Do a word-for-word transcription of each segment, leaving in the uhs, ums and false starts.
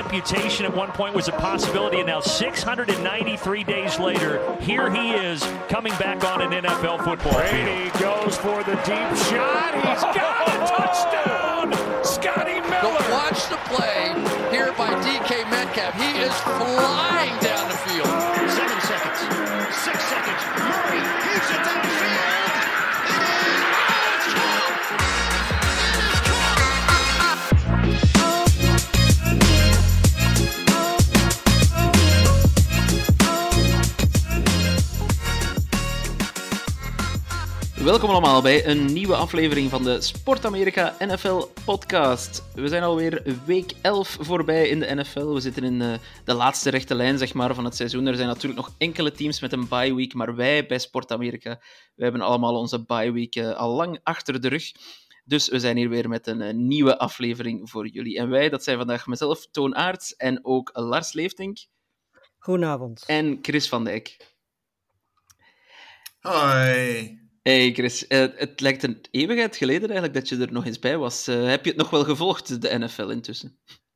amputation at one point was a possibility, and now six hundred ninety-three days later, here he is coming back on an N F L football field. Brady goes for the deep shot. He's got a touchdown. Scotty Miller. But watch the play here by D K Metcalf. He is flying down the field. Seven seconds. Six seconds. Murray keeps it downfield. Welkom allemaal bij een nieuwe aflevering van de Sport Amerika N F L podcast. We zijn alweer week elf voorbij in de N F L. We zitten in de, de laatste rechte lijn zeg maar, van het seizoen. Er zijn natuurlijk nog enkele teams met een bye week, maar wij bij Sport Amerika, wij hebben allemaal onze bye week uh, al lang achter de rug. Dus we zijn hier weer met een uh, nieuwe aflevering voor jullie. En wij, dat zijn vandaag mezelf, Toon Aerts en ook Lars Leeftink. Goedenavond. En Chris van Dijk. Hoi. Hey Chris, uh, het lijkt een eeuwigheid geleden eigenlijk dat je er nog eens bij was. Uh, heb je het nog wel gevolgd, de N F L intussen?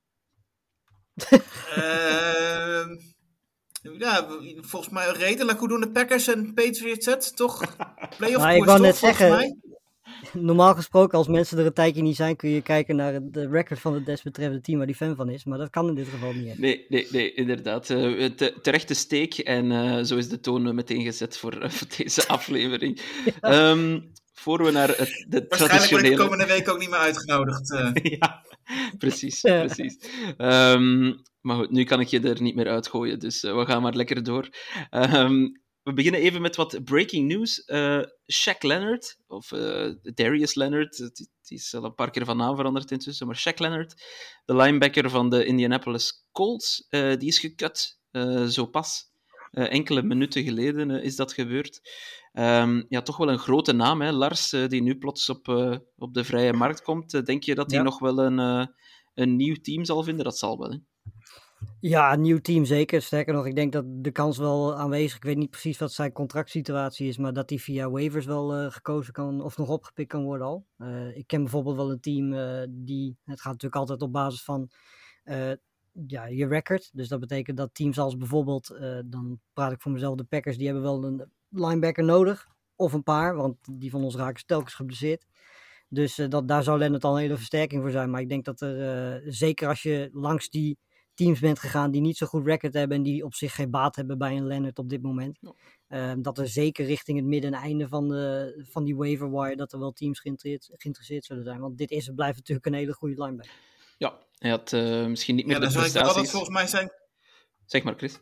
uh, ja, volgens mij redelijk. Hoe doen de Packers en Patriots het? Toch? Playoff nou, ik wou net zeggen, mij? Normaal gesproken als mensen er een tijdje niet zijn, kun je kijken naar de record van het desbetreffende team waar die fan van is. Maar dat kan in dit geval niet. Hè. Nee, nee, nee, inderdaad. Uh, te, terechte steek en uh, zo is de toon meteen gezet voor, uh, voor deze aflevering. Ja. Um, voor we naar het, de Waarschijnlijk traditionele... word ik de komende week ook niet meer uitgenodigd. Uh. ja, precies, ja. precies. Um, maar goed, nu kan ik je er niet meer uitgooien, dus uh, we gaan maar lekker door. Um, We beginnen even met wat breaking news. Uh, Shaq Leonard, of uh, Darius Leonard, die, die is al een paar keer van naam veranderd intussen, maar Shaq Leonard, de linebacker van de Indianapolis Colts, uh, die is gecut, uh, zo pas. Uh, enkele minuten geleden uh, is dat gebeurd. Um, ja, toch wel een grote naam, hè? Lars, uh, die nu plots op, uh, op de vrije markt komt. Uh, denk je dat hij ja. nog wel een, uh, een nieuw team zal vinden? Dat zal wel, hè? Ja, een nieuw team zeker. Sterker nog, ik denk dat de kans wel aanwezig is. Ik weet niet precies wat zijn contractsituatie is, maar dat hij via waivers wel uh, gekozen kan of nog opgepikt kan worden al. Uh, ik ken bijvoorbeeld wel een team uh, die, het gaat natuurlijk altijd op basis van uh, ja, je record. Dus dat betekent dat teams als bijvoorbeeld, uh, dan praat ik voor mezelf, de Packers, die hebben wel een linebacker nodig. Of een paar, want die van ons raken telkens geblesseerd. Dus uh, dat, daar zou Leonard al een hele versterking voor zijn. Maar ik denk dat er, uh, zeker als je langs die teams bent gegaan die niet zo goed record hebben en die op zich geen baat hebben bij een Leonard op dit moment. Ja. Uh, dat er zeker richting het midden en einde van, de, van die waiver wire dat er wel teams geïnteresseerd, geïnteresseerd zullen zijn. Want dit is en blijft natuurlijk een hele goede linebacker. Ja, hij had uh, misschien niet meer ja, de prestaties. Dat volgens mij zijn... Zeg maar, Chris.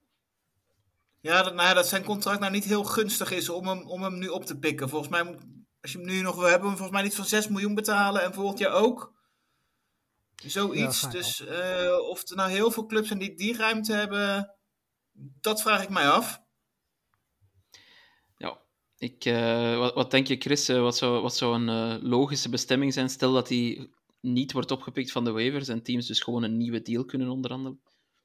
Ja, dat, nou ja, dat zijn contract nou niet heel gunstig is om hem, om hem nu op te pikken. Volgens mij, moet, als je hem nu nog wil hebben, volgens mij niet van zes miljoen betalen en volgend jaar ook. Zoiets, ja, dus uh, of er nou heel veel clubs zijn die die ruimte hebben, dat vraag ik mij af. Ja, ik, uh, wat, wat denk je Chris, uh, wat, zou, wat zou een uh, logische bestemming zijn? Stel dat hij niet wordt opgepikt van de waivers en teams dus gewoon een nieuwe deal kunnen onderhandelen.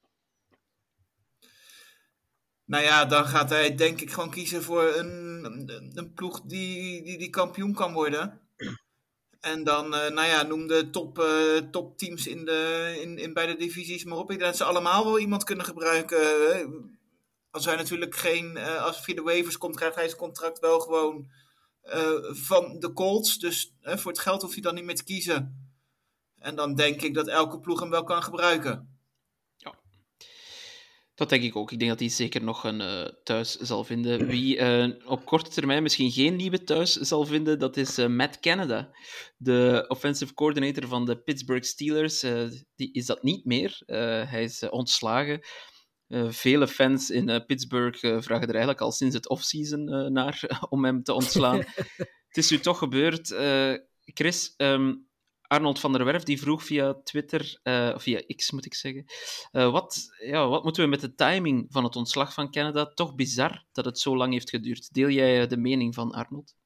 Nou ja, dan gaat hij denk ik gewoon kiezen voor een, een, een ploeg die, die, die kampioen kan worden. En dan, uh, nou ja, noem de top, uh, top teams in de, in, in beide divisies maar op. Ik denk dat ze allemaal wel iemand kunnen gebruiken. Als hij natuurlijk geen, uh, als via de waivers komt, krijgt hij zijn contract wel gewoon uh, van de Colts. Dus uh, voor het geld hoeft hij dan niet meer te kiezen. En dan denk ik dat elke ploeg hem wel kan gebruiken. Dat denk ik ook. Ik denk dat hij zeker nog een uh, thuis zal vinden. Wie uh, op korte termijn misschien geen nieuwe thuis zal vinden, dat is uh, Matt Canada. De offensive coordinator van de Pittsburgh Steelers. Uh, die is dat niet meer. Uh, hij is uh, ontslagen. Uh, vele fans in uh, Pittsburgh uh, vragen er eigenlijk al sinds het offseason uh, naar om hem te ontslaan. Het is nu toch gebeurd. Uh, Chris... Um, Arnold van der Werf die vroeg via Twitter, uh, of via X moet ik zeggen, uh, wat, ja, wat moeten we met de timing van het ontslag van Canada? Toch bizar dat het zo lang heeft geduurd. Deel jij de mening van Arnold?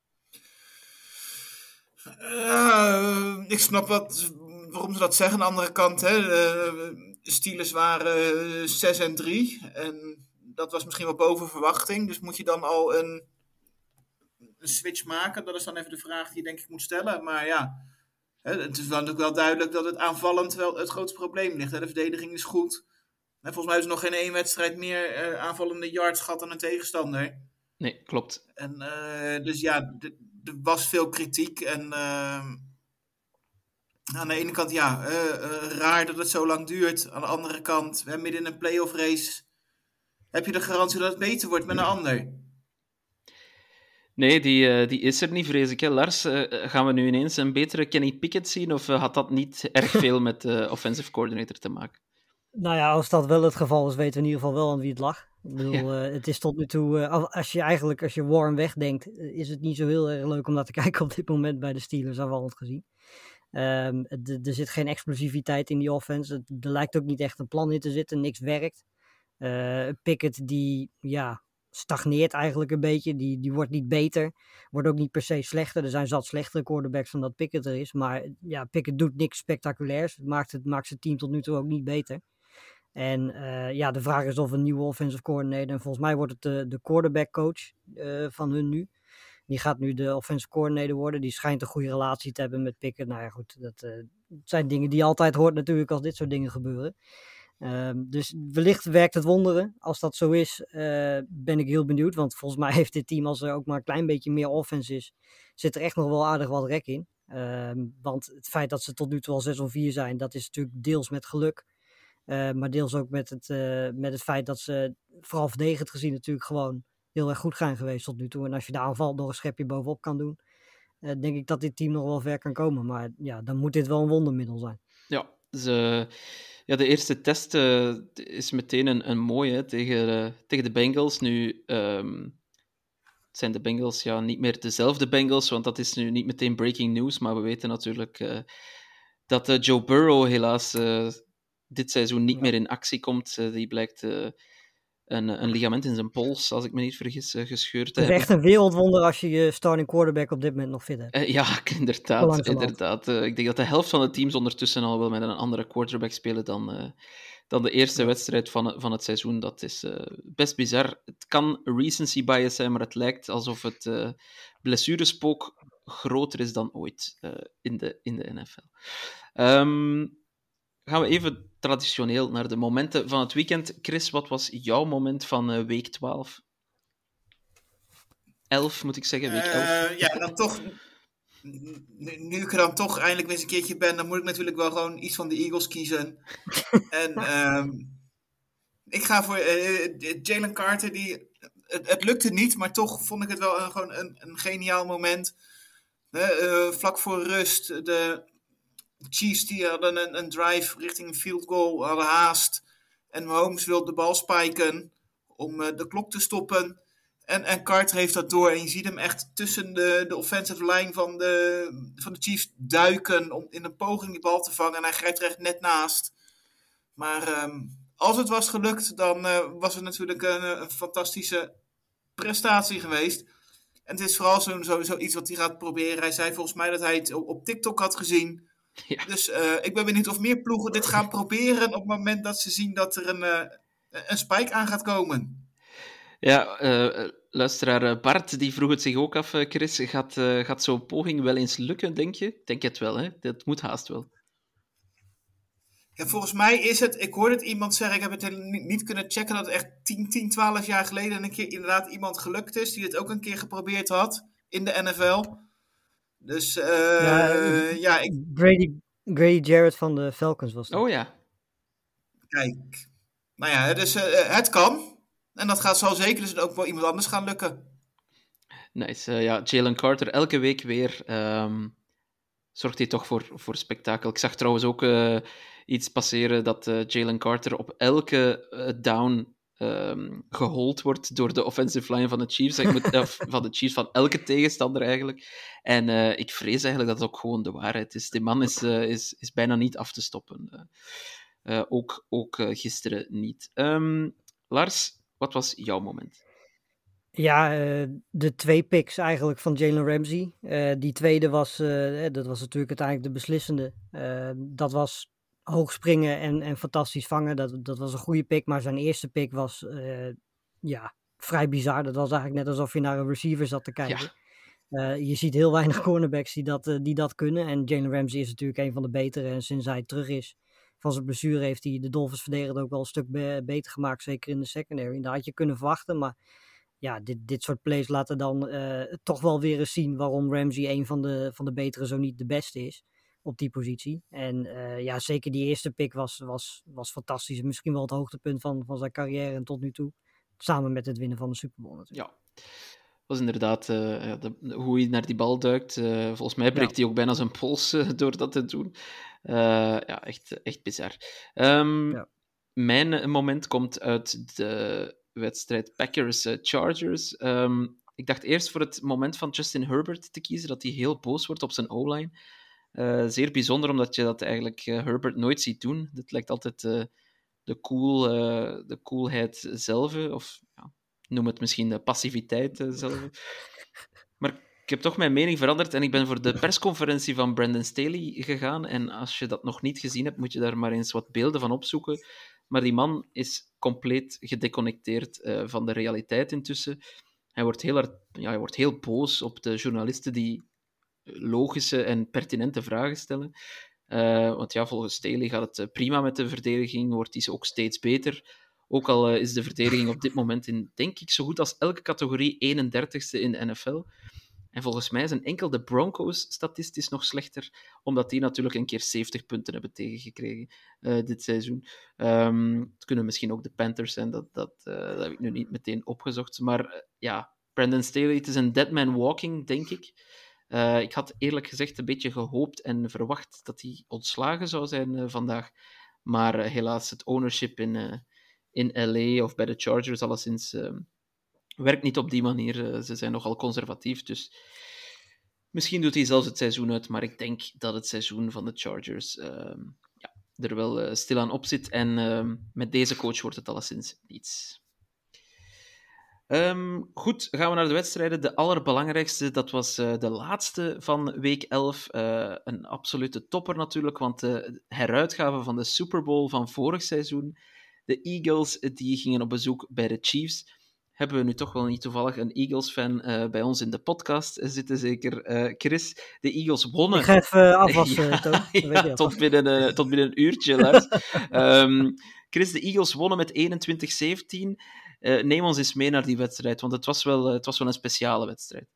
Uh, ik snap wat, waarom ze dat zeggen. Aan de andere kant, hè, de Steelers waren zes en drie en dat was misschien wel boven verwachting. Dus moet je dan al een, een switch maken? Dat is dan even de vraag die je denk ik moet stellen. Maar ja... Hè, het is natuurlijk wel duidelijk dat het aanvallend wel het grootste probleem ligt. Hè. De verdediging is goed. En volgens mij is er nog geen één wedstrijd meer uh, aanvallende yards gehad dan een tegenstander. Nee, klopt. En, uh, dus ja, er was veel kritiek. En uh, aan de ene kant, ja, uh, uh, raar dat het zo lang duurt. Aan de andere kant, uh, midden in een playoff race, heb je de garantie dat het beter wordt met een ander. Nee, die, uh, die is er niet, vrees ik. Hè. Lars, uh, gaan we nu ineens een betere Kenny Pickett zien? Of uh, had dat niet erg veel met de offensive coordinator te maken? Nou ja, als dat wel het geval is, weten we in ieder geval wel aan wie het lag. Ik bedoel, ja. uh, het is tot nu toe, uh, als je eigenlijk, als je Warren wegdenkt, uh, is het niet zo heel erg leuk om naar te kijken op dit moment bij de Steelers, aanvallend gezien. Um, d- er zit geen explosiviteit in die offense. Er lijkt ook niet echt een plan in te zitten, niks werkt. Uh, Pickett die, ja, stagneert eigenlijk een beetje, die, die wordt niet beter, wordt ook niet per se slechter. Er zijn zat slechtere quarterbacks dan dat Pickett er is, maar ja, Pickett doet niks spectaculairs, maakt, het, maakt zijn team tot nu toe ook niet beter. En uh, ja, de vraag is of een nieuwe offensive coordinator, en volgens mij wordt het de, de quarterback coach uh, van hun nu. Die gaat nu de offensive coordinator worden. Die schijnt een goede relatie te hebben met Pickett. Nou ja, goed, dat uh, zijn dingen die je altijd hoort natuurlijk als dit soort dingen gebeuren. Uh, dus wellicht werkt het wonderen. Als dat zo is, uh, ben ik heel benieuwd. Want volgens mij heeft dit team, als er ook maar een klein beetje meer offense is, zit er echt nog wel aardig wat rek in. Uh, want het feit dat ze tot nu toe al zes of vier zijn, dat is natuurlijk deels met geluk. Uh, maar deels ook met het, uh, met het feit dat ze, vooral verdedigend gezien, natuurlijk gewoon heel erg goed zijn geweest tot nu toe. En als je de aanval nog een schepje bovenop kan doen, uh, denk ik dat dit team nog wel ver kan komen. Maar ja, dan moet dit wel een wondermiddel zijn. Ja, ze, ja de eerste test uh, is meteen een, een mooie tegen, uh, tegen de Bengals. Nu um, zijn de Bengals ja, niet meer dezelfde Bengals, want dat is nu niet meteen breaking news. Maar we weten natuurlijk uh, dat uh, Joe Burrow helaas uh, dit seizoen niet ja. meer in actie komt. Uh, die blijkt... Uh, Een, een ligament in zijn pols, als ik me niet vergis, uh, gescheurd. Het is echt een wereldwonder als je je starting quarterback op dit moment nog fit hebt. Uh, ja, inderdaad. inderdaad. Uh, ik denk dat de helft van de teams ondertussen al wel met een andere quarterback spelen dan, uh, dan de eerste ja. wedstrijd van, van het seizoen. Dat is uh, best bizar. Het kan recency bias zijn, maar het lijkt alsof het uh, blessurespook groter is dan ooit uh, in, de, in de N F L. Um, gaan we even traditioneel naar de momenten van het weekend. Chris, wat was jouw moment van uh, week twaalf? elf, moet ik zeggen, week elf. Uh, ja, dan toch... Nu, nu ik er dan toch eindelijk weer eens een keertje ben, dan moet ik natuurlijk wel gewoon iets van de Eagles kiezen. en um, ik ga voor uh, Jalen Carter. Die, het, het lukte niet, maar toch vond ik het wel een, gewoon een, een geniaal moment. Uh, uh, vlak voor rust, de... Chiefs die hadden een, een drive richting een field goal, hadden haast. En Mahomes wilde de bal spiken om uh, de klok te stoppen. En, en Carter heeft dat door. En je ziet hem echt tussen de, de offensive line van de, van de Chiefs duiken om in een poging die bal te vangen. En hij grijpt er echt net naast. Maar um, als het was gelukt, dan uh, was het natuurlijk een, een fantastische prestatie geweest. En het is vooral zo, zo, zoiets wat hij gaat proberen. Hij zei volgens mij dat hij het op, op TikTok had gezien. Ja. Dus uh, ik ben benieuwd of meer ploegen dit gaan proberen op het moment dat ze zien dat er een, uh, een spike aan gaat komen. Ja, uh, luisteraar Bart die vroeg het zich ook af, Chris. Gaat, uh, gaat zo'n poging wel eens lukken, denk je? Denk het wel, hè? Dat moet haast wel. Ja, volgens mij is het... Ik hoorde het iemand zeggen, ik heb het niet, niet kunnen checken, dat het echt tien, twaalf jaar geleden een keer inderdaad iemand gelukt is, die het ook een keer geprobeerd had in de N F L. Dus uh, ja, uh, ja ik... Grady, Grady Jarrett van de Falcons was dat. Oh ja. Kijk. Nou ja, dus uh, het kan. En dat gaat zal zeker dus ook wel iemand anders gaan lukken. Nice. Uh, ja, Jalen Carter elke week weer um, zorgt hij toch voor, voor spektakel. Ik zag trouwens ook uh, iets passeren dat uh, Jalen Carter op elke uh, down Um, gehold wordt door de offensive line van de Chiefs. Ik moet, uh, van de Chiefs, van elke tegenstander eigenlijk. En uh, ik vrees eigenlijk dat het ook gewoon de waarheid is. Die man is, uh, is, is bijna niet af te stoppen. Uh, uh, ook ook uh, gisteren niet. Um, Lars, wat was jouw moment? Ja, uh, de twee picks eigenlijk van Jalen Ramsey. Uh, die tweede was, uh, dat was natuurlijk uiteindelijk de beslissende. Uh, dat was hoog springen en, en fantastisch vangen. Dat, dat was een goede pick, maar zijn eerste pick was uh, ja, vrij bizar. Dat was eigenlijk net alsof je naar een receiver zat te kijken. Uh, je ziet heel weinig cornerbacks die dat, uh, die dat kunnen. En Jalen Ramsey is natuurlijk een van de betere. En sinds hij terug is van zijn blessure heeft hij de Dolphins verdediger ook wel een stuk be- beter gemaakt. Zeker in de secondary. En dat had je kunnen verwachten. Maar ja, dit, dit soort plays laten dan uh, toch wel weer eens zien waarom Ramsey een van de, van de betere, zo niet de beste is. Op die positie. En uh, ja, zeker die eerste pick was, was, was fantastisch. Misschien wel het hoogtepunt van, van zijn carrière en tot nu toe. Samen met het winnen van de Super Bowl natuurlijk. Ja. Was inderdaad uh, de, de, hoe hij naar die bal duikt. Uh, volgens mij breekt ja. hij ook bijna zijn pols uh, door dat te doen. Uh, ja, echt, echt bizar. Um, ja. Mijn moment komt uit de wedstrijd Packers-Chargers. Uh, um, ik dacht eerst voor het moment van Justin Herbert te kiezen, dat hij heel boos wordt op zijn O-line. Uh, zeer bijzonder, omdat je dat eigenlijk uh, Herbert nooit ziet doen. Dat lijkt altijd uh, de, cool, uh, de coolheid zelf, of ja, noem het misschien de passiviteit uh, zelf. Maar ik heb toch mijn mening veranderd en ik ben voor de persconferentie van Brandon Staley gegaan. En als je dat nog niet gezien hebt, moet je daar maar eens wat beelden van opzoeken. Maar die man is compleet gedeconnecteerd uh, van de realiteit intussen. Hij wordt, heel hard, ja, hij wordt heel boos op de journalisten die logische en pertinente vragen stellen. Uh, want ja, volgens Staley gaat het prima met de verdediging, wordt die ook steeds beter. Ook al uh, is de verdediging op dit moment in, denk ik, zo goed als elke categorie eenendertigste in de N F L. En volgens mij zijn enkel de Broncos statistisch nog slechter, omdat die natuurlijk een keer zeventig punten hebben tegengekregen uh, dit seizoen. Um, het kunnen misschien ook de Panthers zijn, dat, dat, uh, dat heb ik nu niet meteen opgezocht. Maar uh, ja, Brandon Staley, het is een dead man walking, denk ik. Uh, ik had eerlijk gezegd een beetje gehoopt en verwacht dat hij ontslagen zou zijn uh, vandaag. Maar uh, helaas, het ownership in, uh, in L A of bij de Chargers alleszins uh, werkt niet op die manier. Uh, ze zijn nogal conservatief, dus misschien doet hij zelfs het seizoen uit. Maar ik denk dat het seizoen van de Chargers uh, ja, er wel uh, stilaan op zit. En uh, met deze coach wordt het alleszins niets. Um, goed, gaan we naar de wedstrijden. De allerbelangrijkste, dat was uh, de laatste van week elf. Uh, een absolute topper natuurlijk, want de heruitgave van de Super Bowl van vorig seizoen. De Eagles, die gingen op bezoek bij de Chiefs. Hebben we nu toch wel niet toevallig een Eagles-fan uh, bij ons in de podcast zitten, zeker uh, Chris. De Eagles wonnen. Ik ga even afwassen, ja, Toon. Ja, tot, binnen, uh, tot binnen een uurtje, Lars. um, Chris, de Eagles wonnen met eenentwintig zeventien. Uh, neem ons eens mee naar die wedstrijd, want het was wel, uh, het was wel een speciale wedstrijd.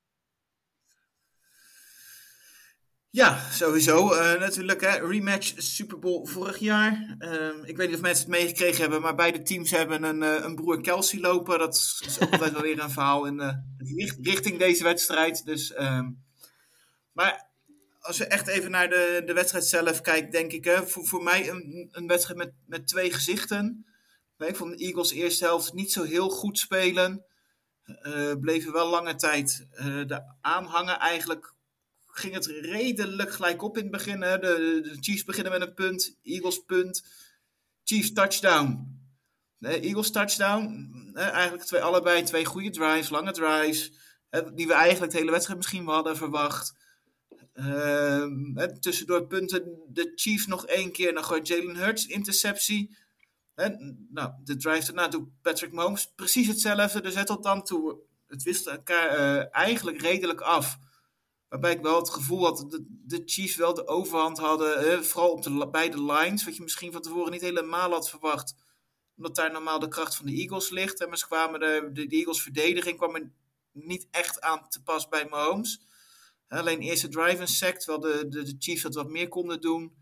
Ja, sowieso. Uh, natuurlijk, hè, rematch Super Bowl vorig jaar. Uh, ik weet niet of mensen het meegekregen hebben, maar beide teams hebben een, uh, een broer Kelsey lopen. Dat is, is ook altijd wel weer een verhaal in uh, richting deze wedstrijd. Dus, uh, maar als we echt even naar de, de wedstrijd zelf kijken, denk ik, hè, voor, voor mij een, een wedstrijd met, met twee gezichten. Ik vond de Eagles eerste helft niet zo heel goed spelen. Uh, bleven wel lange tijd uh, de aanhangen. Eigenlijk ging het redelijk gelijk op in het begin. Hè. De, de Chiefs beginnen met een punt. Eagles punt. Chiefs touchdown. De Eagles touchdown. Uh, eigenlijk twee, allebei twee goede drives. Lange drives. Uh, die we eigenlijk de hele wedstrijd misschien wel hadden verwacht. Uh, uh, tussendoor punten. De Chiefs nog één keer. Dan gooit Jalen Hurts interceptie. En, nou, de drive daarna doet Patrick Mahomes precies hetzelfde. Dus het tot dan toe, het wist elkaar uh, eigenlijk redelijk af. Waarbij ik wel het gevoel had dat de, de Chiefs wel de overhand hadden. Uh, vooral op de beide lines. Wat je misschien van tevoren niet helemaal had verwacht. Omdat daar normaal de kracht van de Eagles ligt. En maar ze kwamen de, de, de Eagles verdediging kwam er niet echt aan te pas bij Mahomes. Uh, alleen de eerste drive een sack. Terwijl de, de, de Chiefs dat wat meer konden doen.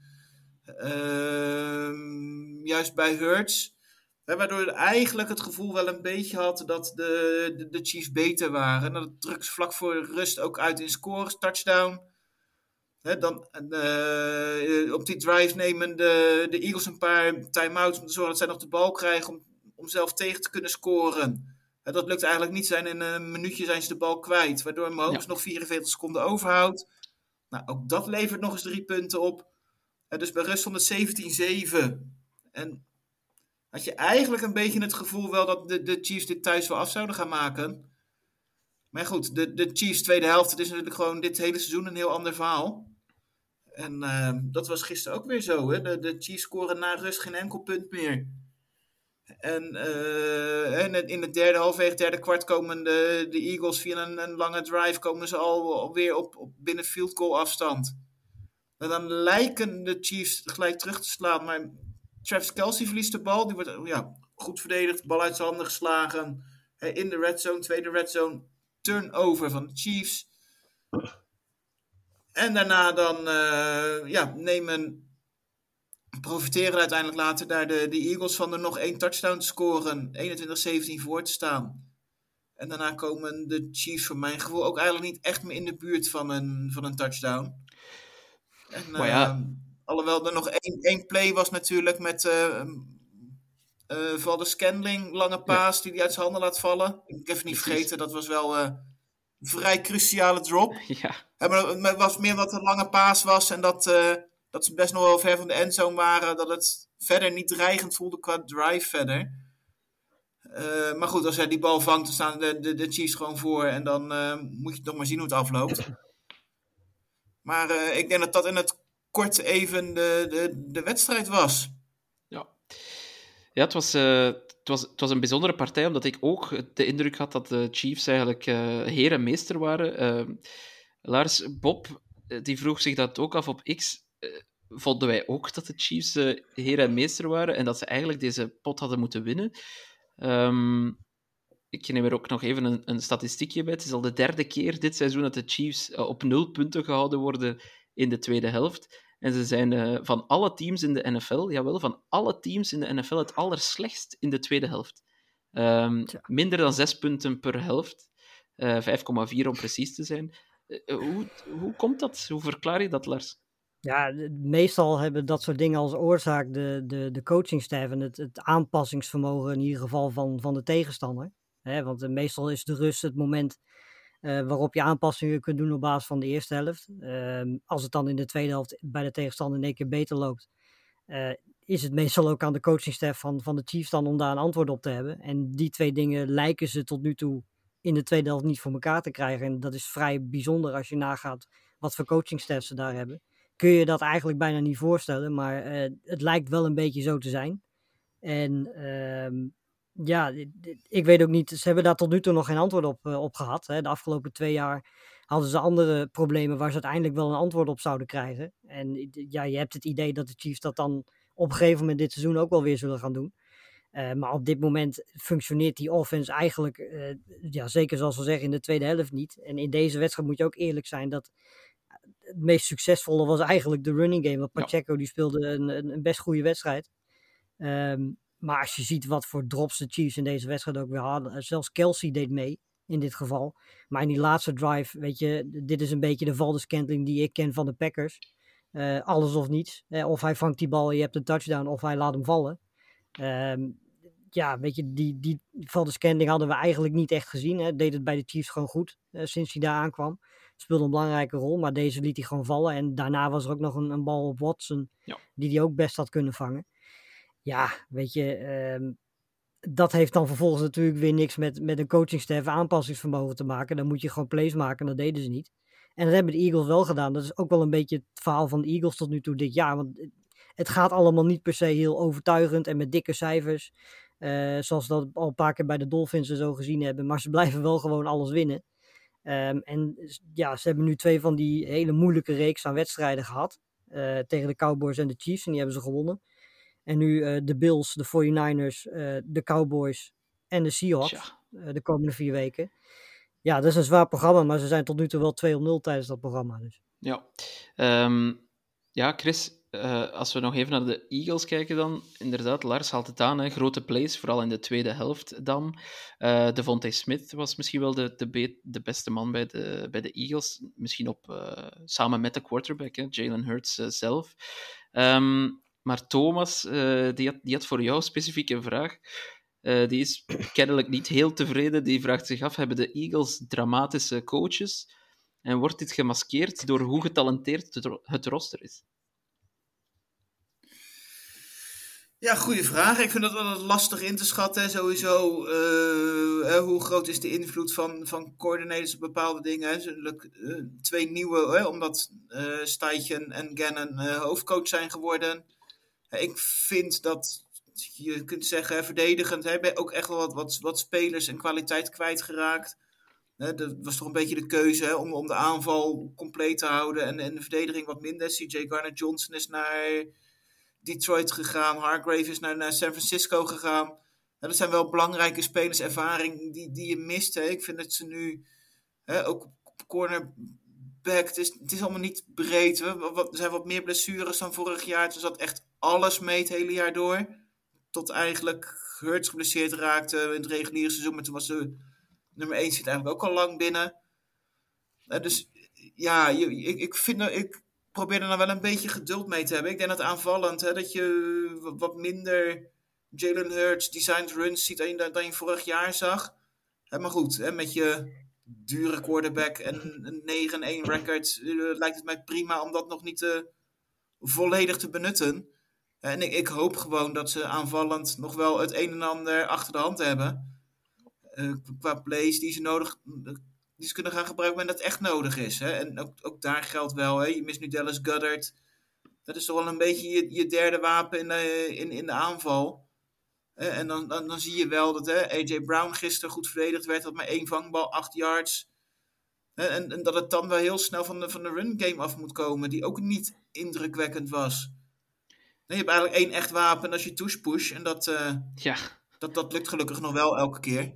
Uh, juist bij Hurts. Waardoor je eigenlijk het gevoel wel een beetje had dat de, de, de Chiefs beter waren. En dat drukt vlak voor rust ook uit in scores, touchdown. He, dan, uh, op die drive nemen de, de Eagles een paar time-outs om te zorgen dat zij nog de bal krijgen om, om zelf tegen te kunnen scoren. He, dat lukt eigenlijk niet. Zijn in een minuutje zijn ze de bal kwijt. Waardoor Mahomes ja. nog vierenveertig seconden overhoudt. Nou, ook dat levert nog eens drie punten op. He, dus bij rust stond het zeventien zeven. En had je eigenlijk een beetje het gevoel wel dat de, de Chiefs dit thuis wel af zouden gaan maken. Maar goed, de, de Chiefs tweede helft, het is natuurlijk gewoon dit hele seizoen een heel ander verhaal. En uh, dat was gisteren ook weer zo. Hè? De, de Chiefs scoren na rust geen enkel punt meer. En uh, in het derde, halfwege derde kwart komen de, de Eagles via een, een lange drive komen ze al, alweer op, op binnen field goal afstand. En dan lijken de Chiefs gelijk terug te slaan, maar Travis Kelce verliest de bal. Die wordt ja, goed verdedigd, bal uit zijn handen geslagen. Uh, in de red zone, tweede red zone, turnover van de Chiefs. En daarna dan uh, ja, nemen... profiteren uiteindelijk later daar de, de Eagles van er nog één touchdown te scoren. eenentwintig zeventien voor te staan. En daarna komen de Chiefs voor mijn gevoel ook eigenlijk niet echt meer in de buurt van een, van een touchdown. En, maar ja. uh, alhoewel er nog één, één play was natuurlijk met uh, uh, Valdes-Scantling, lange paas ja. die hij uit zijn handen laat vallen. Ik heb even niet vergeten, dat was wel uh, een vrij cruciale drop. Ja. Ja, maar het was meer dat het een lange paas was en dat... Uh, dat ze best nog wel ver van de endzone waren. Dat het verder niet dreigend voelde qua drive verder. Uh, maar goed, als hij die bal vangt, dan staan de, de, de Chiefs gewoon voor. En dan uh, moet je nog maar zien hoe het afloopt. Maar uh, ik denk dat dat in het kort even de, de, de wedstrijd was. Ja, ja het, was, uh, het, was, het was een bijzondere partij, omdat ik ook de indruk had dat de Chiefs eigenlijk uh, heer en meester waren. Uh, Lars, Bob, die vroeg zich dat ook af op X... vonden wij ook dat de Chiefs uh, heer en meester waren en dat ze eigenlijk deze pot hadden moeten winnen. Um, ik neem er ook nog even een, een statistiekje bij. Het is al de derde keer dit seizoen dat de Chiefs uh, op nul punten gehouden worden in de tweede helft. En ze zijn uh, van alle teams in de N F L, jawel, van alle teams in de N F L het allerslechtst in de tweede helft. Um, minder dan zes punten per helft. Uh, vijf komma vier om precies te zijn. Uh, hoe, hoe komt dat? Hoe verklaar je dat, Lars? Ja, meestal hebben dat soort dingen als oorzaak de, de, de coachingstaf en het, het aanpassingsvermogen in ieder geval van, van de tegenstander. He, want uh, meestal is de rust het moment uh, waarop je aanpassingen kunt doen op basis van de eerste helft. Uh, als het dan in de tweede helft bij de tegenstander in één keer beter loopt, uh, is het meestal ook aan de coachingstaf van, van de Chiefs dan om daar een antwoord op te hebben. En die twee dingen lijken ze tot nu toe in de tweede helft niet voor elkaar te krijgen. En dat is vrij bijzonder als je nagaat wat voor coachingstaf ze daar hebben. Kun je dat eigenlijk bijna niet voorstellen, maar uh, het lijkt wel een beetje zo te zijn. En uh, ja, ik weet ook niet, ze hebben daar tot nu toe nog geen antwoord op, uh, op gehad. Hè. De afgelopen twee jaar hadden ze andere problemen waar ze uiteindelijk wel een antwoord op zouden krijgen. En ja, je hebt het idee dat de Chiefs dat dan op een gegeven moment dit seizoen ook wel weer zullen gaan doen. Uh, maar op dit moment functioneert die offense eigenlijk, uh, ja, zeker zoals we zeggen, in de tweede helft niet. En in deze wedstrijd moet je ook eerlijk zijn dat het meest succesvolle was eigenlijk de running game. Want Pacheco ja. die speelde een, een best goede wedstrijd. Um, maar als je ziet wat voor drops de Chiefs in deze wedstrijd ook weer hadden. Zelfs Kelce deed mee in dit geval. Maar in die laatste drive, weet je, dit is een beetje de Valdes-Scantling die ik ken van de Packers. Uh, alles of niets. Uh, of hij vangt die bal en je hebt een touchdown, of hij laat hem vallen. Um, ja, weet je, die, die Valdes-Scantling hadden we eigenlijk niet echt gezien. Hè. Deed het bij de Chiefs gewoon goed uh, sinds hij daar aankwam. Speelde een belangrijke rol, maar deze liet hij gewoon vallen. En daarna was er ook nog een, een bal op Watson, ja. die hij ook best had kunnen vangen. Ja, weet je, um, dat heeft dan vervolgens natuurlijk weer niks met, met een coachingstaf aanpassingsvermogen te maken. Dan moet je gewoon plays maken, dat deden ze niet. En dat hebben de Eagles wel gedaan. Dat is ook wel een beetje het verhaal van de Eagles tot nu toe dit jaar. Want het gaat allemaal niet per se heel overtuigend en met dikke cijfers. Uh, zoals we dat al een paar keer bij de Dolphins en zo gezien hebben. Maar ze blijven wel gewoon alles winnen. Um, en ja, ze hebben nu twee van die hele moeilijke reeks aan wedstrijden gehad. Uh, tegen de Cowboys en de Chiefs. En die hebben ze gewonnen. En nu uh, de Bills, de forty-niners, uh, de Cowboys en de Seahawks. Uh, de komende vier weken. Ja, dat is een zwaar programma. Maar ze zijn tot nu toe wel twee op nul tijdens dat programma. Dus. Ja, um, ja Chris... Uh, als we nog even naar de Eagles kijken dan, inderdaad, Lars haalt het aan, hè, grote plays, vooral in de tweede helft dan. Uh, Devontae Smith was misschien wel de, de, be- de beste man bij de, bij de Eagles, misschien op, uh, samen met de quarterback, hè, Jalen Hurts uh, zelf. Um, maar Thomas, uh, die, had, die had voor jou specifiek een vraag. Uh, die is kennelijk niet heel tevreden. Die vraagt zich af, hebben de Eagles dramatische coaches? En wordt dit gemaskeerd door hoe getalenteerd het, het roster is? Ja, goede vraag. Ik vind dat wel lastig in te schatten. Sowieso, uh, hoe groot is de invloed van, van coördinators op bepaalde dingen? Zullen uh, twee nieuwe, uh, omdat uh, Steichen en Gannon uh, hoofdcoach zijn geworden. Uh, ik vind dat je kunt zeggen, verdedigend, hè, ben je ook echt wel wat, wat, wat spelers en kwaliteit kwijtgeraakt. Hè, dat was toch een beetje de keuze hè, om, om de aanval compleet te houden en, en de verdediging wat minder. C J Garner-Johnson is naar Detroit gegaan, Hargrave is naar, naar San Francisco gegaan. Nou, dat zijn wel belangrijke spelers, ervaring die, die je mist. Hè. Ik vind dat ze nu hè, ook op cornerback, het is, het is allemaal niet breed. Hè. Wat, er zijn wat meer blessures dan vorig jaar. Toen zat echt alles mee het hele jaar door. Tot eigenlijk Hurts geblesseerd raakte in het reguliere seizoen. Maar toen was de nummer één zit eigenlijk ook al lang binnen. Uh, dus ja, je, ik, ik, vind, ik probeer er nou wel een beetje geduld mee te hebben. Ik denk dat aanvallend, hè, dat je wat minder Jalen Hurts designed runs ziet dan je, dan je vorig jaar zag. Uh, maar goed, hè, met je dure quarterback en een negen één record uh, lijkt het mij prima om dat nog niet uh, volledig te benutten. Uh, en ik, ik hoop gewoon dat ze aanvallend nog wel het een en ander achter de hand hebben. Uh, qua plays die ze nodig die ze kunnen gaan gebruiken wanneer dat echt nodig is. Hè? En ook, ook daar geldt wel, hè? Je mist nu Dallas Goedert. Dat is toch wel een beetje je, je derde wapen in de, in, in de aanval. Uh, en dan, dan, dan zie je wel dat hè, A J Brown gisteren goed verdedigd werd, had maar één vangbal, acht yards. Uh, en, en dat het dan wel heel snel van de, van de run game af moet komen, die ook niet indrukwekkend was. Nee, je hebt eigenlijk één echt wapen, dat is je tush push. En dat, uh, ja. dat, dat lukt gelukkig nog wel elke keer.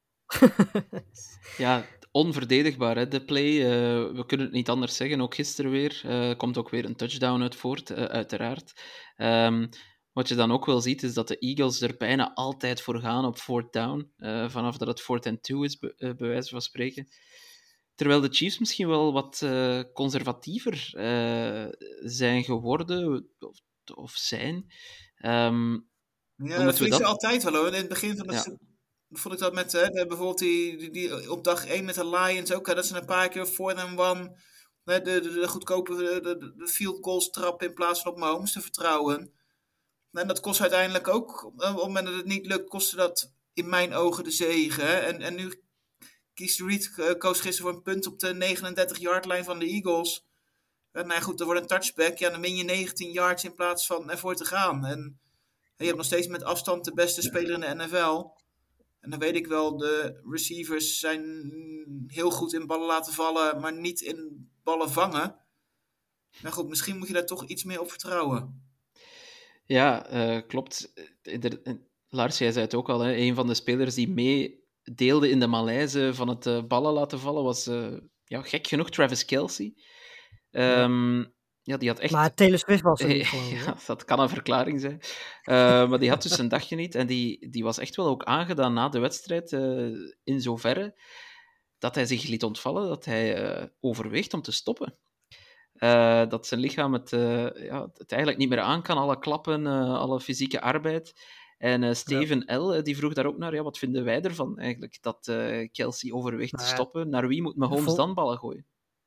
Ja, onverdedigbaar, hè, de play. Uh, we kunnen het niet anders zeggen. Ook gisteren weer. Uh, komt ook weer een touchdown uit voort, uh, uiteraard. Um, wat je dan ook wel ziet, is dat de Eagles er bijna altijd voor gaan op fourth down. Uh, vanaf dat het fourth and two is, be- uh, bij wijze van spreken. Terwijl de Chiefs misschien wel wat uh, conservatiever uh, zijn geworden, of, of zijn. Um, ja, dat vind ik ze altijd wel, hoor. In het begin van de... Ja. Vond ik dat met, hè, bijvoorbeeld die, die, die op dag één met de Lions ook, hè, dat ze een paar keer fourth and one, hè, de, de, de goedkope de, de, de field goals trappen in plaats van op Mahomes te vertrouwen. En dat kost uiteindelijk ook, op het moment dat het niet lukt, kostte dat in mijn ogen de zege. Hè. En, en nu kiest Reed, uh, koos gisteren voor een punt op de negenendertig yard lijn van de Eagles. En nou goed, er wordt een touchback, ja, dan win je negentien yards in plaats van ervoor te gaan. En je hebt nog steeds met afstand de beste speler in de N F L. En dan weet ik wel, de receivers zijn heel goed in ballen laten vallen, maar niet in ballen vangen. Nou goed, misschien moet je daar toch iets meer op vertrouwen. Ja, uh, klopt. Lars, jij zei het ook al, hè? Een van de spelers die meedeelde in de malaise van het uh, ballen laten vallen was, uh, ja, gek genoeg, Travis Kelce. Um, ja. Ja, die had echt... Maar Taylor Swift was er niet gewoon. Ja, dat kan een verklaring zijn. Uh, maar die had dus een dagje niet. En die, die was echt wel ook aangedaan na de wedstrijd. Uh, in zoverre dat hij zich liet ontvallen dat hij uh, overweegt om te stoppen. Uh, dat zijn lichaam het, uh, ja, het eigenlijk niet meer aan kan. Alle klappen, uh, alle fysieke arbeid. En uh, Steven ja. L. die vroeg daar ook naar, ja, wat vinden wij ervan eigenlijk? Dat uh, Kelce overweegt nou, te stoppen. Naar wie moet Mahomes vol... dan ballen gooien?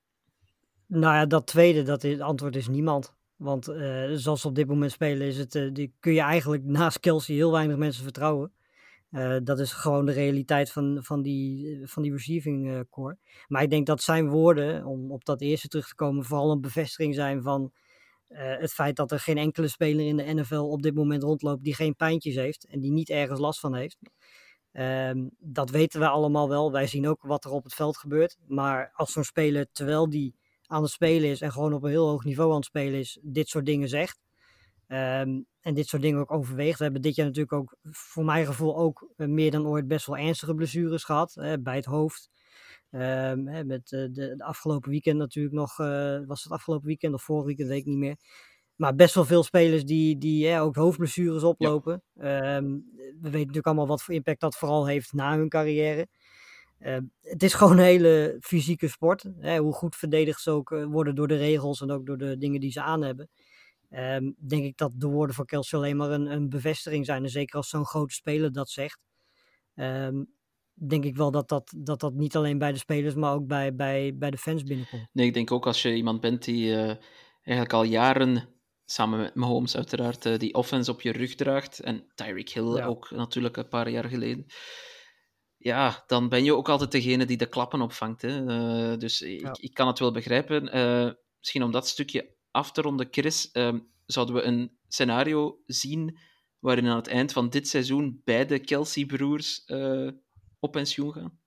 Nou ja, dat tweede, dat is, het antwoord is niemand. Want uh, zoals ze op dit moment spelen, is het, uh, die kun je eigenlijk naast Kelce heel weinig mensen vertrouwen. Uh, dat is gewoon de realiteit van, van, die, van die receiving uh, core. Maar ik denk dat zijn woorden, om op dat eerste terug te komen, vooral een bevestiging zijn van uh, het feit dat er geen enkele speler in de N F L op dit moment rondloopt die geen pijntjes heeft en die niet ergens last van heeft. Um, dat weten we allemaal wel. Wij zien ook wat er op het veld gebeurt. Maar als zo'n speler, terwijl die aan het spelen is en gewoon op een heel hoog niveau aan het spelen is, dit soort dingen zegt. Um, en dit soort dingen ook overweegt. We hebben dit jaar natuurlijk ook, voor mijn gevoel, ook uh, meer dan ooit best wel ernstige blessures gehad. Hè, bij het hoofd. Um, hè, met uh, de, de afgelopen weekend natuurlijk nog, uh, was het afgelopen weekend of vorig weekend, weet ik niet meer. Maar best wel veel spelers die, die ja, ook hoofdblessures oplopen. Ja. Um, we weten natuurlijk allemaal wat voor impact dat vooral heeft na hun carrière. Uh, het is gewoon een hele fysieke sport. Hè, hoe goed verdedigd ze ook uh, worden door de regels en ook door de dingen die ze aan hebben. Um, denk ik dat de woorden van Kelce alleen maar een, een bevestiging zijn. En zeker als zo'n grote speler dat zegt. Um, denk ik wel dat dat, dat dat niet alleen bij de spelers, maar ook bij, bij, bij de fans binnenkomt. Nee, ik denk ook als je iemand bent die uh, eigenlijk al jaren, samen met Mahomes uiteraard, uh, die offense op je rug draagt. En Tyreek Hill ja. ook natuurlijk een paar jaar geleden. Ja, dan ben je ook altijd degene die de klappen opvangt. Hè. Uh, dus ja. ik, ik kan het wel begrijpen. Uh, misschien om dat stukje af te ronden, Chris, uh, zouden we een scenario zien waarin aan het eind van dit seizoen beide Kelsey-broers uh, op pensioen gaan?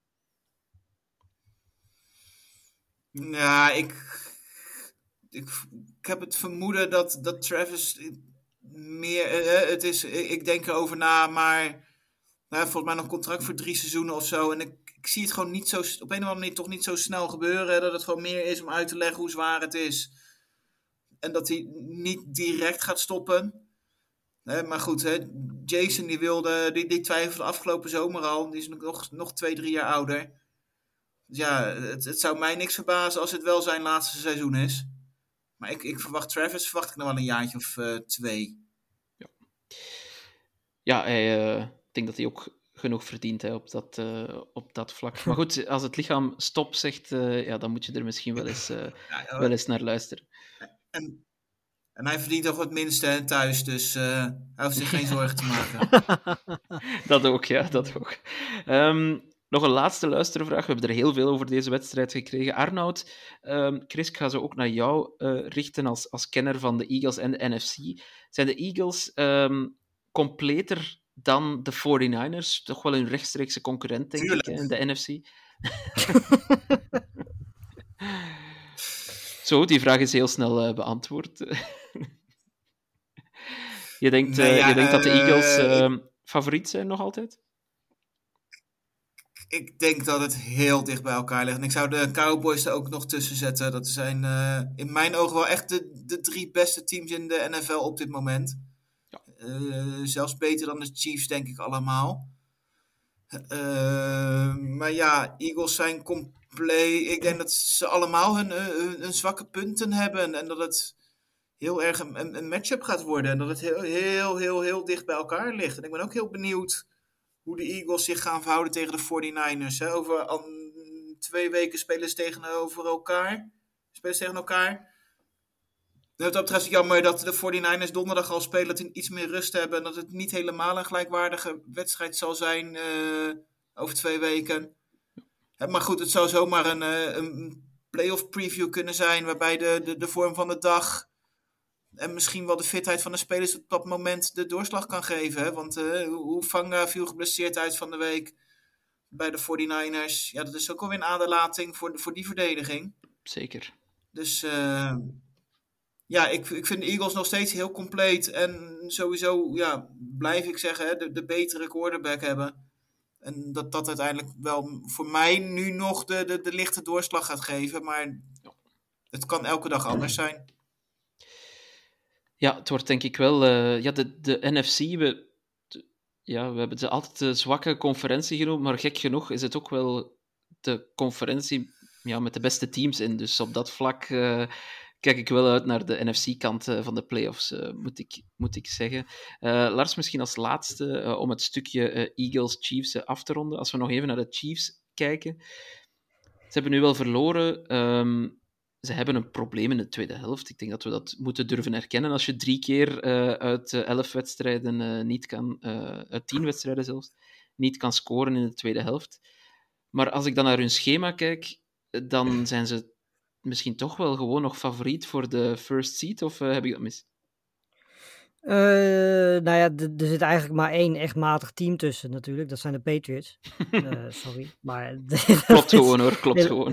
Ja, ik, ik, ik heb het vermoeden dat, dat Travis meer... Uh, het is, ik denk erover na, maar nou, volgens mij nog een contract voor drie seizoenen of zo. En ik, ik zie het gewoon niet zo, op een of andere manier toch niet zo snel gebeuren. Dat het gewoon meer is om uit te leggen hoe zwaar het is. En dat hij niet direct gaat stoppen. Uh, maar goed, hè, Jason die wilde, die, die twijfelde afgelopen zomer al. Die is nog, nog twee, drie jaar ouder. Ja, het, het zou mij niks verbazen als het wel zijn laatste seizoen is. Maar ik, ik verwacht Travis, verwacht ik nog wel een jaartje of uh, twee. Ja, ja hij, uh, ik denk dat hij ook genoeg verdient hè, op, dat, uh, op dat vlak. Maar goed, als het lichaam stop zegt, uh, ja, dan moet je er misschien wel eens, uh, ja, wel eens naar luisteren. En, en hij verdient toch wat minste hè, thuis, dus uh, hij hoeft zich geen zorgen te maken. Dat ook, ja, dat ook. Um, Nog een laatste luistervraag. We hebben er heel veel over deze wedstrijd gekregen. Arnoud, um, Chris, ik ga ze ook naar jou uh, richten als, als kenner van de Eagles en de N F C. Zijn de Eagles um, completer dan de forty-niners? Toch wel een rechtstreekse concurrent, denk Tuurlijk. ik, hè, in de N F C? Zo, die vraag is heel snel uh, beantwoord. je denkt, uh, nee, ja, je denkt uh, dat de Eagles uh, uh, favoriet zijn nog altijd? Ik denk dat het heel dicht bij elkaar ligt. En ik zou de Cowboys er ook nog tussen zetten. Dat zijn uh, in mijn ogen wel echt de, de drie beste teams in de N F L op dit moment. Ja. Uh, zelfs beter dan de Chiefs, denk ik allemaal. Uh, maar ja, Eagles zijn compleet... Ik denk dat ze allemaal hun, hun, hun zwakke punten hebben. En dat het heel erg een, een match-up gaat worden. En dat het heel, heel, heel, heel dicht bij elkaar ligt. En ik ben ook heel benieuwd hoe de Eagles zich gaan verhouden tegen de forty-niners. Hè? Over al, twee weken spelen ze tegenover elkaar. Spelen ze tegen elkaar. Wat dat betreft is het jammer dat de forty-niners donderdag al spelen. Dat die iets meer rust hebben. En dat het niet helemaal een gelijkwaardige wedstrijd zal zijn uh, over twee weken. Ja, maar goed, het zou zomaar een, uh, een playoff preview kunnen zijn. Waarbij de, de, de vorm van de dag... En misschien wel de fitheid van de spelers op dat moment de doorslag kan geven. Hè? Want uh, Hufanga viel geblesseerd uit van de week bij de forty-niners. Ja, dat is ook alweer een aderlating voor, de, voor die verdediging. Zeker. Dus uh, ja, ik, ik vind de Eagles nog steeds heel compleet. En sowieso, ja, blijf ik zeggen, hè, de, de betere quarterback hebben. En dat dat uiteindelijk wel voor mij nu nog de, de, de lichte doorslag gaat geven. Maar het kan elke dag anders zijn. Ja, het wordt denk ik wel... Uh, ja, de, de N F C, we, de, ja, we hebben ze altijd de zwakke conferentie genoemd, maar gek genoeg is het ook wel de conferentie ja, met de beste teams in. Dus op dat vlak uh, kijk ik wel uit naar de N F C-kant uh, van de playoffs, uh, moet, ik, moet ik zeggen. Uh, Lars, misschien als laatste, uh, om het stukje uh, Eagles-Chiefs uh, af te ronden. Als we nog even naar de Chiefs kijken. Ze hebben nu wel verloren... Um, Ze hebben een probleem in de tweede helft. Ik denk dat we dat moeten durven erkennen. Als je drie keer uh, uit uh, elf wedstrijden uh, niet kan... Uh, uit tien wedstrijden zelfs, niet kan scoren in de tweede helft. Maar als ik dan naar hun schema kijk, dan zijn ze misschien toch wel gewoon nog favoriet voor de first seed, of uh, heb ik dat mis? Uh, nou ja, d- er zit eigenlijk maar één echt matig team tussen natuurlijk. Dat zijn de Patriots. uh, sorry, maar... Klopt gewoon hoor, klopt gewoon.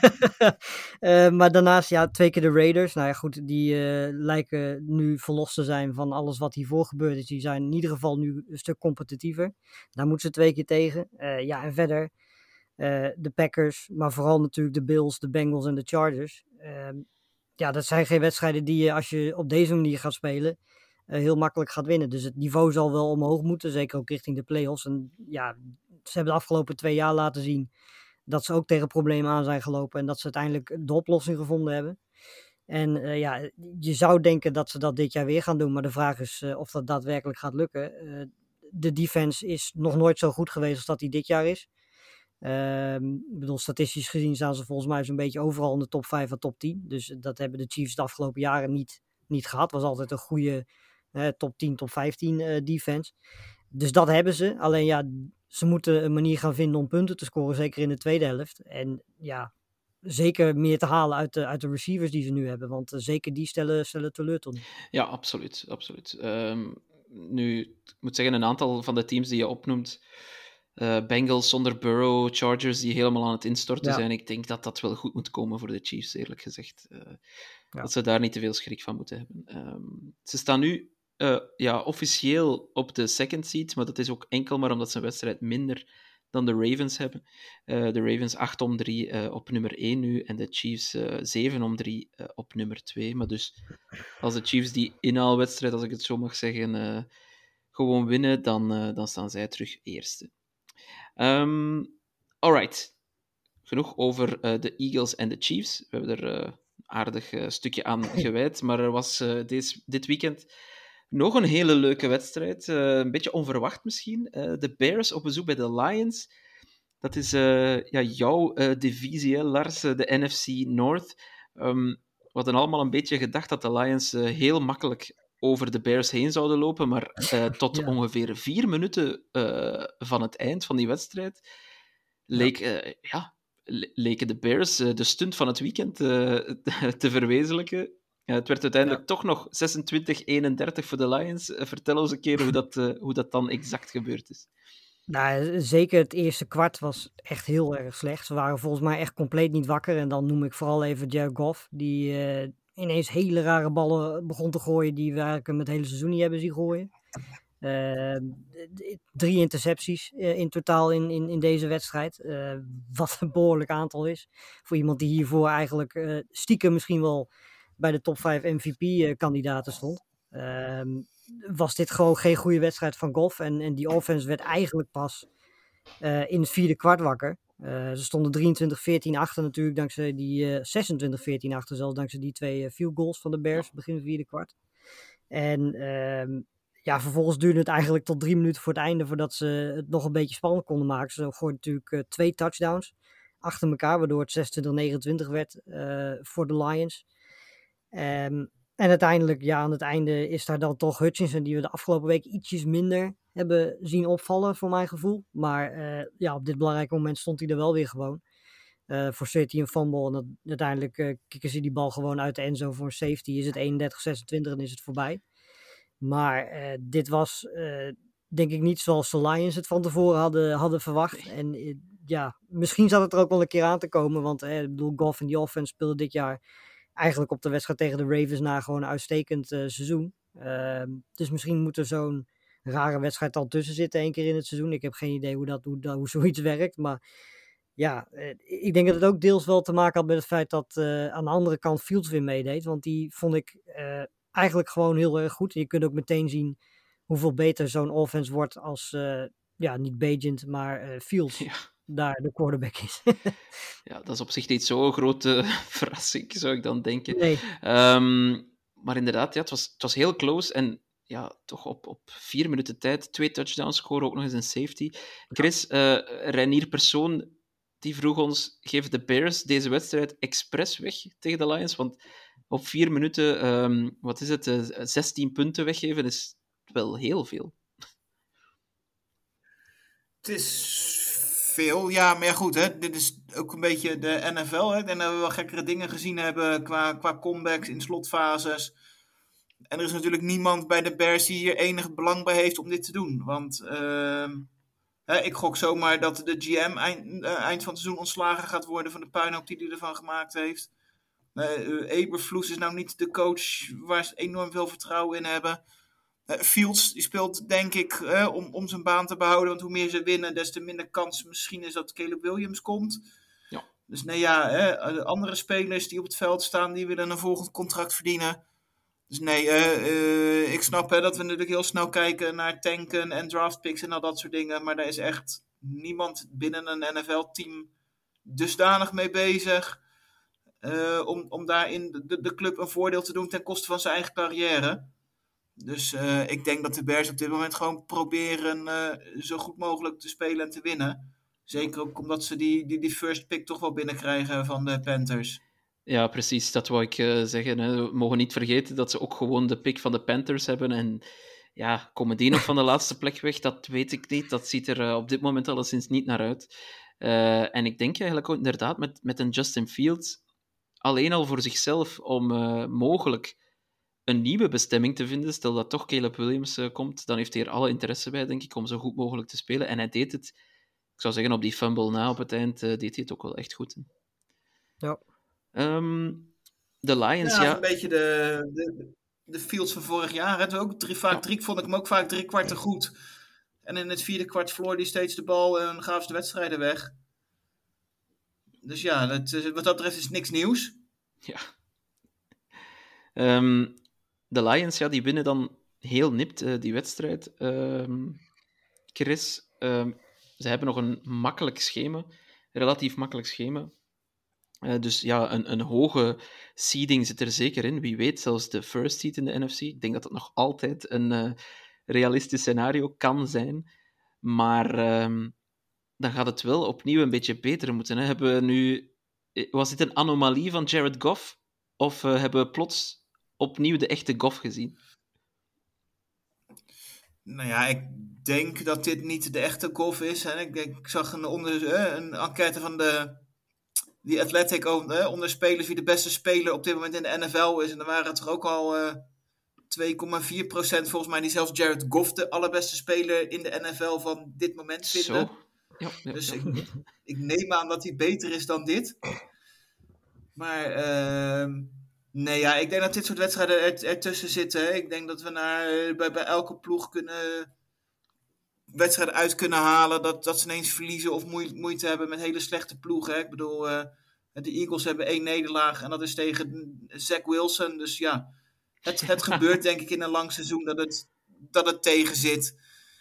uh, maar daarnaast, ja, twee keer de Raiders. Nou ja, goed, die uh, lijken nu verlost te zijn van alles wat hiervoor gebeurd is. Die zijn in ieder geval nu een stuk competitiever. Daar moeten ze twee keer tegen. Uh, ja, en verder uh, de Packers, maar vooral natuurlijk de Bills, de Bengals en de Chargers. Uh, ja, dat zijn geen wedstrijden die je, als je op deze manier gaat spelen... Uh, heel makkelijk gaat winnen. Dus het niveau zal wel omhoog moeten, zeker ook richting de play-offs. En ja, ze hebben de afgelopen twee jaar laten zien dat ze ook tegen problemen aan zijn gelopen en dat ze uiteindelijk de oplossing gevonden hebben. En uh, ja, je zou denken dat ze dat dit jaar weer gaan doen, maar de vraag is uh, of dat daadwerkelijk gaat lukken. Uh, de defense is nog nooit zo goed geweest als dat die dit jaar is. Uh, ik bedoel, statistisch gezien staan ze volgens mij zo'n beetje overal in de top vijf en top tien. Dus dat hebben de Chiefs de afgelopen jaren niet, niet gehad. Was altijd een goede uh, top tien, top vijftien uh, defense. Dus dat hebben ze. Alleen ja, ze moeten een manier gaan vinden om punten te scoren, zeker in de tweede helft. En ja, zeker meer te halen uit de, uit de receivers die ze nu hebben. Want uh, zeker die stellen, stellen teleur tot nu. Ja, absoluut. absoluut. Um, nu, ik moet zeggen, een aantal van de teams die je opnoemt, uh, Bengals zonder Burrow, Chargers die helemaal aan het instorten ja. zijn, ik denk dat dat wel goed moet komen voor de Chiefs, eerlijk gezegd. Uh, ja. Dat ze daar niet te veel schrik van moeten hebben. Um, ze staan nu uh, ja, officieel op de second seed, maar dat is ook enkel maar omdat ze een wedstrijd minder dan de Ravens hebben. Uh, de Ravens acht om drie uh, op nummer één nu en de Chiefs uh, zeven om drie uh, op nummer twee. Maar dus als de Chiefs die inhaalwedstrijd, als ik het zo mag zeggen, uh, gewoon winnen, dan, uh, dan staan zij terug eerste. Um, alright. Genoeg over uh, de Eagles en de Chiefs. We hebben er uh, een aardig uh, stukje aan gewijd, maar er was uh, deze, dit weekend nog een hele leuke wedstrijd. Uh, een beetje onverwacht misschien. Uh, de Bears op bezoek bij de Lions. Dat is uh, ja, jouw uh, divisie, hè, Lars, uh, de N F C North. Um, we hadden allemaal een beetje gedacht dat de Lions uh, heel makkelijk over de Bears heen zouden lopen, maar uh, tot ja. ongeveer vier minuten uh, van het eind van die wedstrijd leek, uh, ja, le- leken de Bears uh, de stunt van het weekend uh, te verwezenlijken. Uh, het werd uiteindelijk ja. toch nog zesentwintig eenendertig voor de Lions. Uh, vertel ons een keer hoe dat, uh, hoe dat dan exact gebeurd is. Nou, zeker het eerste kwart was echt heel erg slecht. Ze waren volgens mij echt compleet niet wakker. En dan noem ik vooral even Jared Goff, die uh, ineens hele rare ballen begon te gooien die we eigenlijk met het hele seizoen niet hebben zien gooien. Uh, drie intercepties uh, in totaal in, in, in deze wedstrijd. Uh, wat een behoorlijk aantal is. Voor iemand die hiervoor eigenlijk uh, stiekem misschien wel bij de top vijf M V P-kandidaten stond. Uh, was dit gewoon geen goede wedstrijd van Goff. En, en die offense werd eigenlijk pas uh, in het vierde kwart wakker. Uh, ze stonden drieëntwintig veertien achter natuurlijk, dankzij die uh, zesentwintig veertien achter zelfs, dankzij die twee uh, field goals van de Bears begin het vierde kwart. En uh, ja, vervolgens duurde het eigenlijk tot drie minuten voor het einde voordat ze het nog een beetje spannend konden maken. Ze gooiden natuurlijk uh, twee touchdowns achter elkaar, waardoor het zesentwintig negenentwintig werd uh, voor de Lions. Um, en uiteindelijk, ja, aan het einde is daar dan toch Hutchinson, die we de afgelopen week ietsjes minder hebben zien opvallen, voor mijn gevoel. Maar uh, ja, op dit belangrijke moment stond hij er wel weer gewoon. Uh, forceert hij een fumble en dat, uiteindelijk uh, kicken ze die bal gewoon uit de endzone voor een safety. Is het eenendertig zesentwintig en is het voorbij. Maar uh, dit was, uh, denk ik, niet zoals de Lions het van tevoren hadden, hadden verwacht. En uh, ja, misschien zat het er ook wel een keer aan te komen. Want uh, ik bedoel, Goff en die offense speelde dit jaar eigenlijk op de wedstrijd tegen de Ravens na gewoon een uitstekend uh, seizoen. Uh, dus misschien moet er zo'n rare wedstrijd al tussen zitten één keer in het seizoen. Ik heb geen idee hoe, dat, hoe, dat, hoe zoiets werkt. Maar ja, uh, ik denk dat het ook deels wel te maken had met het feit dat uh, aan de andere kant Fields weer meedeed. Want die vond ik uh, eigenlijk gewoon heel erg goed. Je kunt ook meteen zien hoeveel beter zo'n offense wordt als, uh, ja, niet Bagent, maar uh, Fields. Ja. Daar de quarterback is. Ja, dat is op zich niet zo'n grote verrassing, zou ik dan denken. Nee. Um, maar inderdaad, ja, het, was, het was heel close en ja, toch op, op vier minuten tijd twee touchdowns scoren, ook nog eens een safety. Chris, uh, Reinier Persoon, die vroeg ons, geef de Bears deze wedstrijd expres weg tegen de Lions? Want op vier minuten, um, wat is het, uh, zestien punten weggeven is wel heel veel. Het is veel, ja, maar ja, goed, hè. Dit is ook een beetje de N F L. Hè. Ik denk dat we wel gekkere dingen gezien hebben qua, qua comebacks in slotfases. En er is natuurlijk niemand bij de Bears die hier enig belang bij heeft om dit te doen. Want uh, hè, ik gok zomaar dat de G M eind, uh, eind van het seizoen ontslagen gaat worden van de puinhoop die hij ervan gemaakt heeft. Uh, uh, Eberflus is nou niet de coach waar ze enorm veel vertrouwen in hebben. Uh, Fields die speelt denk ik uh, om, om zijn baan te behouden. Want hoe meer ze winnen, des te minder kans misschien is dat Caleb Williams komt. Ja. Dus nee ja, hè, de andere spelers die op het veld staan, die willen een volgend contract verdienen. Dus nee, uh, uh, ik snap hè, dat we natuurlijk heel snel kijken naar tanken en draftpicks en al dat soort dingen. Maar daar is echt niemand binnen een N F L-team dusdanig mee bezig. Uh, om, om daarin de, de club een voordeel te doen ten koste van zijn eigen carrière. Dus uh, ik denk dat de Bears op dit moment gewoon proberen uh, zo goed mogelijk te spelen en te winnen. Zeker ook omdat ze die, die, die first pick toch wel binnenkrijgen van de Panthers. Ja, precies. Dat wou ik uh, zeggen. Hè. We mogen niet vergeten dat ze ook gewoon de pick van de Panthers hebben. En ja, komen die nog van de laatste plek weg? Dat weet ik niet. Dat ziet er uh, op dit moment alleszins niet naar uit. Uh, en ik denk eigenlijk ook inderdaad met, met een Justin Fields alleen al voor zichzelf om uh, mogelijk een nieuwe bestemming te vinden. Stel dat toch Caleb Williams uh, komt, dan heeft hij er alle interesse bij, denk ik, om zo goed mogelijk te spelen. En hij deed het, ik zou zeggen, op die fumble na op het eind, uh, deed hij het ook wel echt goed. Hè. Ja. Um, de Lions, ja... ja. Een beetje de, de, de Fields van vorig jaar. Het ook drie, vaak, ja. drie, vond ik hem ook vaak drie kwarten goed. En in het vierde kwart verloor hij steeds de bal en gaven ze de wedstrijden weg. Dus ja, dat, wat dat betreft is niks nieuws. Ja. Um, de Lions, ja, die winnen dan heel nipt uh, die wedstrijd. Um, Chris, um, ze hebben nog een makkelijk schema. Relatief makkelijk schema. Uh, dus ja, een, een hoge seeding zit er zeker in. Wie weet, zelfs de first seed in de N F C. Ik denk dat dat nog altijd een uh, realistisch scenario kan zijn. Maar um, dan gaat het wel opnieuw een beetje beter moeten. Hè. Hebben we nu... Was dit een anomalie van Jared Goff? Of uh, hebben we plots opnieuw de echte Goff gezien? Nou ja, ik denk dat dit niet de echte Goff is. Hè. Ik, ik zag een, onder, uh, een enquête van de... Die Athletic onder spelers wie de beste speler op dit moment in de N F L is. En er waren er ook al uh, twee komma vier procent volgens mij die zelfs Jared Goff de allerbeste speler in de N F L van dit moment vinden. Zo. Ja, ja, dus ja. Ik, ik neem aan dat hij beter is dan dit. Maar uh, nee, ja, ik denk dat dit soort wedstrijden er, ertussen zitten. Hè. Ik denk dat we naar, bij, bij elke ploeg kunnen... wedstrijden uit kunnen halen, dat, dat ze ineens verliezen of moeite, moeite hebben met hele slechte ploegen. Hè. Ik bedoel, uh, de Eagles hebben één nederlaag en dat is tegen Zach Wilson. Dus ja, het, het gebeurt denk ik in een lang seizoen dat het, dat het tegen zit.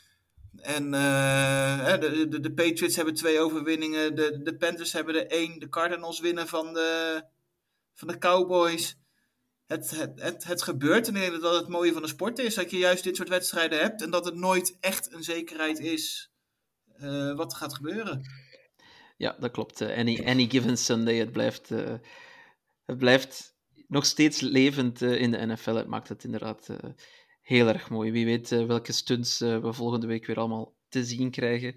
En uh, de, de, de Patriots hebben twee overwinningen, de, de Panthers hebben er één, de Cardinals winnen van de, van de Cowboys. Het, het, het, het gebeurt en ik denk dat het mooie van de sport is dat je juist dit soort wedstrijden hebt en dat het nooit echt een zekerheid is uh, wat er gaat gebeuren. Ja, dat klopt. Uh, any, any given Sunday, het blijft, uh, het blijft nog steeds levend uh, in de N F L. Het maakt het inderdaad uh, heel erg mooi. Wie weet uh, welke stunts uh, we volgende week weer allemaal te zien krijgen.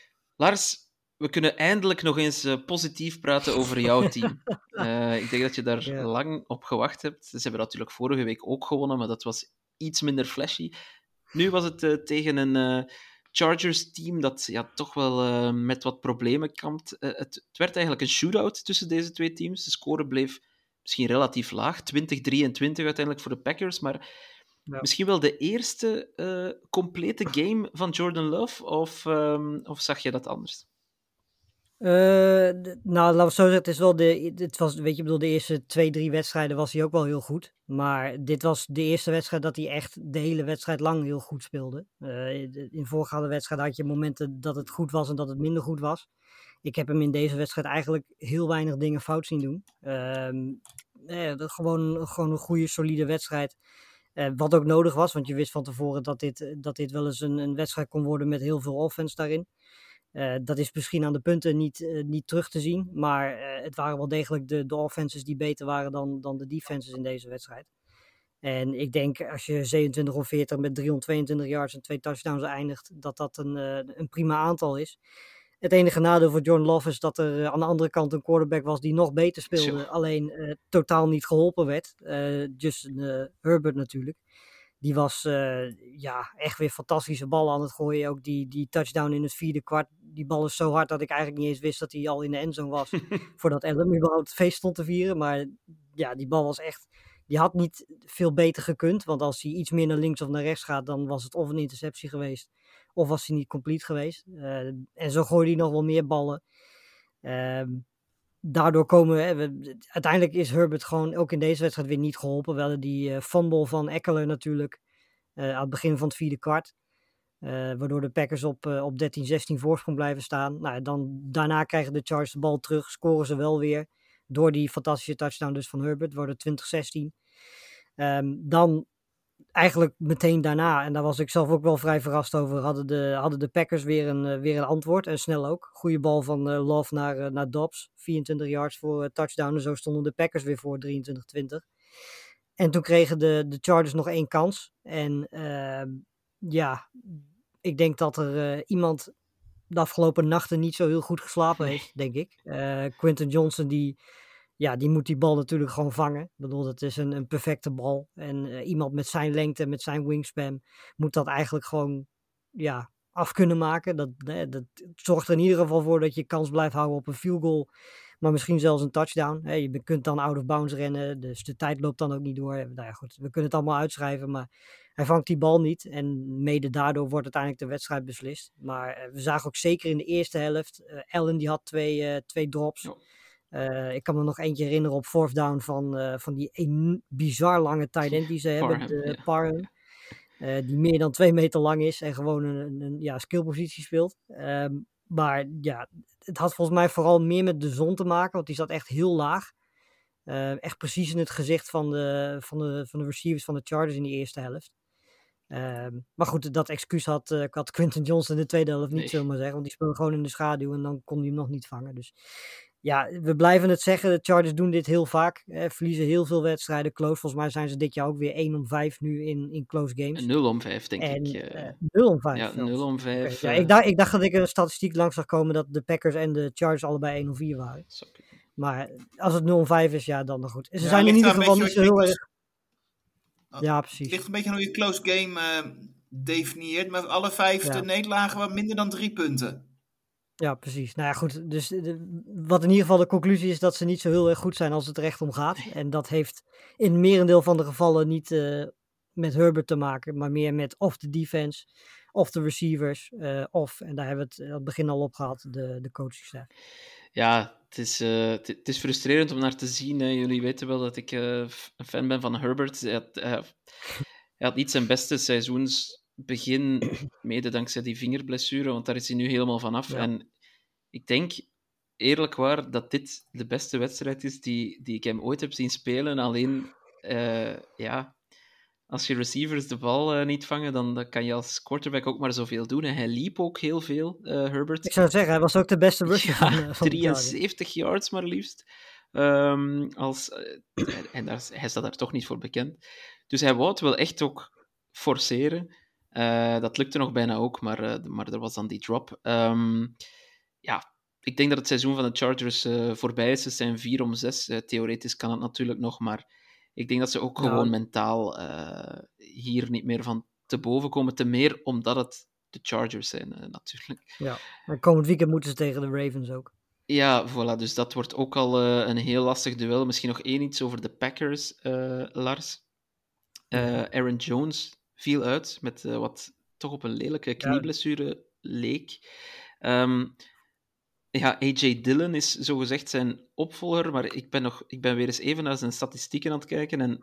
Lars, we kunnen eindelijk nog eens uh, positief praten over jouw team. Uh, ik denk dat je daar yeah. lang op gewacht hebt. Ze hebben natuurlijk vorige week ook gewonnen, maar dat was iets minder flashy. Nu was het uh, tegen een uh, Chargers-team dat ja, toch wel uh, met wat problemen kampt. Uh, het, het werd eigenlijk een shootout tussen deze twee teams. De score bleef misschien relatief laag, twintig drieëntwintig uiteindelijk voor de Packers, maar ja. misschien wel de eerste uh, complete game van Jordan Love, of, um, of zag je dat anders? Uh, d- nou, laten we zo zeggen, het is wel de, het was, weet je, bedoel, de eerste twee, drie wedstrijden was hij ook wel heel goed. Maar dit was de eerste wedstrijd dat hij echt de hele wedstrijd lang heel goed speelde. Uh, in voorgaande wedstrijden had je momenten dat het goed was en dat het minder goed was. Ik heb hem in deze wedstrijd eigenlijk heel weinig dingen fout zien doen. Uh, eh, gewoon, gewoon een goede, solide wedstrijd. Uh, wat ook nodig was, want je wist van tevoren dat dit, dat dit wel eens een, een wedstrijd kon worden met heel veel offense daarin. Uh, dat is misschien aan de punten niet, uh, niet terug te zien, maar uh, het waren wel degelijk de, de offenses die beter waren dan, dan de defenses in deze wedstrijd. En ik denk als je zevenentwintig of veertig met driehonderdtweeëntwintig yards en twee touchdowns eindigt, dat dat een, uh, een prima aantal is. Het enige nadeel voor Jordan Love is dat er uh, aan de andere kant een quarterback was die nog beter speelde, sure. alleen uh, totaal niet geholpen werd. Uh, Justin uh, Herbert natuurlijk. Die was uh, ja, echt weer fantastische ballen aan het gooien. Ook die, die touchdown in het vierde kwart. Die bal is zo hard dat ik eigenlijk niet eens wist dat hij al in de endzone was. voordat Adam überhaupt het feest stond te vieren. Maar ja, die bal was echt... Die had niet veel beter gekund. Want als hij iets meer naar links of naar rechts gaat, dan was het of een interceptie geweest. Of was hij niet complete geweest. Uh, en zo gooide hij nog wel meer ballen. Uh, Daardoor komen we, we... Uiteindelijk is Herbert gewoon ook in deze wedstrijd weer niet geholpen. We hadden die uh, fumble van Eckler natuurlijk. Uh, aan het begin van het vierde kwart. Uh, waardoor de Packers op, uh, op dertien zestien voorsprong blijven staan. Nou, dan, daarna krijgen de Chargers de bal terug. Scoren ze wel weer. Door die fantastische touchdown dus van Herbert. Worden twintig zestien. Um, dan eigenlijk meteen daarna. En daar was ik zelf ook wel vrij verrast over. Hadden de, hadden de Packers weer een, uh, weer een antwoord. En snel ook. Goeie bal van uh, Love naar, uh, naar Dobbs. vierentwintig yards voor uh, touchdown. En zo stonden de Packers weer voor drieëntwintig twintig. En toen kregen de, de Chargers nog één kans. En uh, ja, ik denk dat er uh, iemand de afgelopen nachten niet zo heel goed geslapen heeft, denk ik. Uh, Quentin Johnson die ja, die moet die bal natuurlijk gewoon vangen. Ik bedoel, dat is een, een perfecte bal. En uh, iemand met zijn lengte, met zijn wingspan, moet dat eigenlijk gewoon ja, af kunnen maken. Dat, hè, dat zorgt er in ieder geval voor dat je kans blijft houden op een field goal. Maar misschien zelfs een touchdown. Hè, je kunt dan out of bounds rennen, dus de tijd loopt dan ook niet door. Nou ja, goed, we kunnen het allemaal uitschrijven, maar hij vangt die bal niet. En mede daardoor wordt uiteindelijk de wedstrijd beslist. Maar uh, we zagen ook zeker in de eerste helft, uh, Allen die had twee, uh, twee drops. Ja. Uh, ik kan me nog eentje herinneren op fourth down van, uh, van die een, bizar lange tight end die ze hebben, Parham, de ja. Parham. Uh, die meer dan twee meter lang is en gewoon een, een, een ja, skillpositie speelt. Um, maar ja, het had volgens mij vooral meer met de zon te maken, want die zat echt heel laag. Uh, echt precies in het gezicht van de, van, de, van de receivers van de Chargers in die eerste helft. Um, maar goed, dat excuus had, uh, had Quentin Johnson in de tweede helft niet, nee. zullen we maar zeggen. Want die speelde gewoon in de schaduw en dan kon hij hem nog niet vangen. Dus ja, we blijven het zeggen. De Chargers doen dit heel vaak. Eh, verliezen heel veel wedstrijden close. Volgens mij zijn ze dit jaar ook weer één om vijf nu in, in close games. nul om vijf, denk en, ik. Uh, uh, nul om vijf. Ja, nul om vijf. Okay. Ja, ik, dacht, ik dacht dat ik een statistiek langs zag komen dat de Packers en de Chargers allebei één om vier waren. Sorry. Maar als het nul om vijf is, ja, dan nog goed. Ze ja, zijn in ieder geval niet zo heel erg... Ja, precies. Het ligt een beetje aan hoe je close game uh, definieert. Maar alle vijf ja. de nederlagen waren minder dan drie punten. Ja, precies. Nou ja, goed. Dus de, wat in ieder geval de conclusie is dat ze niet zo heel erg goed zijn als het er echt om gaat. En dat heeft in het merendeel van de gevallen niet uh, met Herbert te maken, maar meer met of de defense, of de receivers, uh, of, en daar hebben we het aan het begin al op gehad, de, de coachingstaf. Ja, het is, uh, het, het is frustrerend om naar te zien. Hè. Jullie weten wel dat ik uh, een fan ben van Herbert. Hij had, uh, hij had niet zijn beste seizoensbegin, mede dankzij die vingerblessure, want daar is hij nu helemaal vanaf. Ja. En ik denk, eerlijk waar, dat dit de beste wedstrijd is die, die ik hem ooit heb zien spelen. Alleen, uh, ja, als je receivers de bal uh, niet vangen, dan, dan kan je als quarterback ook maar zoveel doen. En hij liep ook heel veel, uh, Herbert. Ik zou zeggen, hij was ook de beste rusher ja, van, uh, van drieënzeventig yards maar liefst. Um, als, uh, en daar, hij staat daar toch niet voor bekend. Dus hij wou het wel echt ook forceren. Uh, dat lukte nog bijna ook, maar, uh, maar er was dan die drop. Um, ja, ik denk dat het seizoen van de Chargers uh, voorbij is. Ze zijn vier om zes. Uh, theoretisch kan het natuurlijk nog, maar ik denk dat ze ook ja. gewoon mentaal uh, hier niet meer van te boven komen. Te meer omdat het de Chargers zijn, uh, natuurlijk. Ja, en komend weekend moeten ze tegen de Ravens ook. Ja, voilà. Dus dat wordt ook al uh, een heel lastig duel. Misschien nog één iets over de Packers, uh, Lars. Uh, Aaron Jones viel uit met uh, wat toch op een lelijke knieblessure ja. leek. Um, ja, A J Dillon is zogezegd zijn opvolger, maar ik ben, nog, ik ben weer eens even naar zijn statistieken aan het kijken en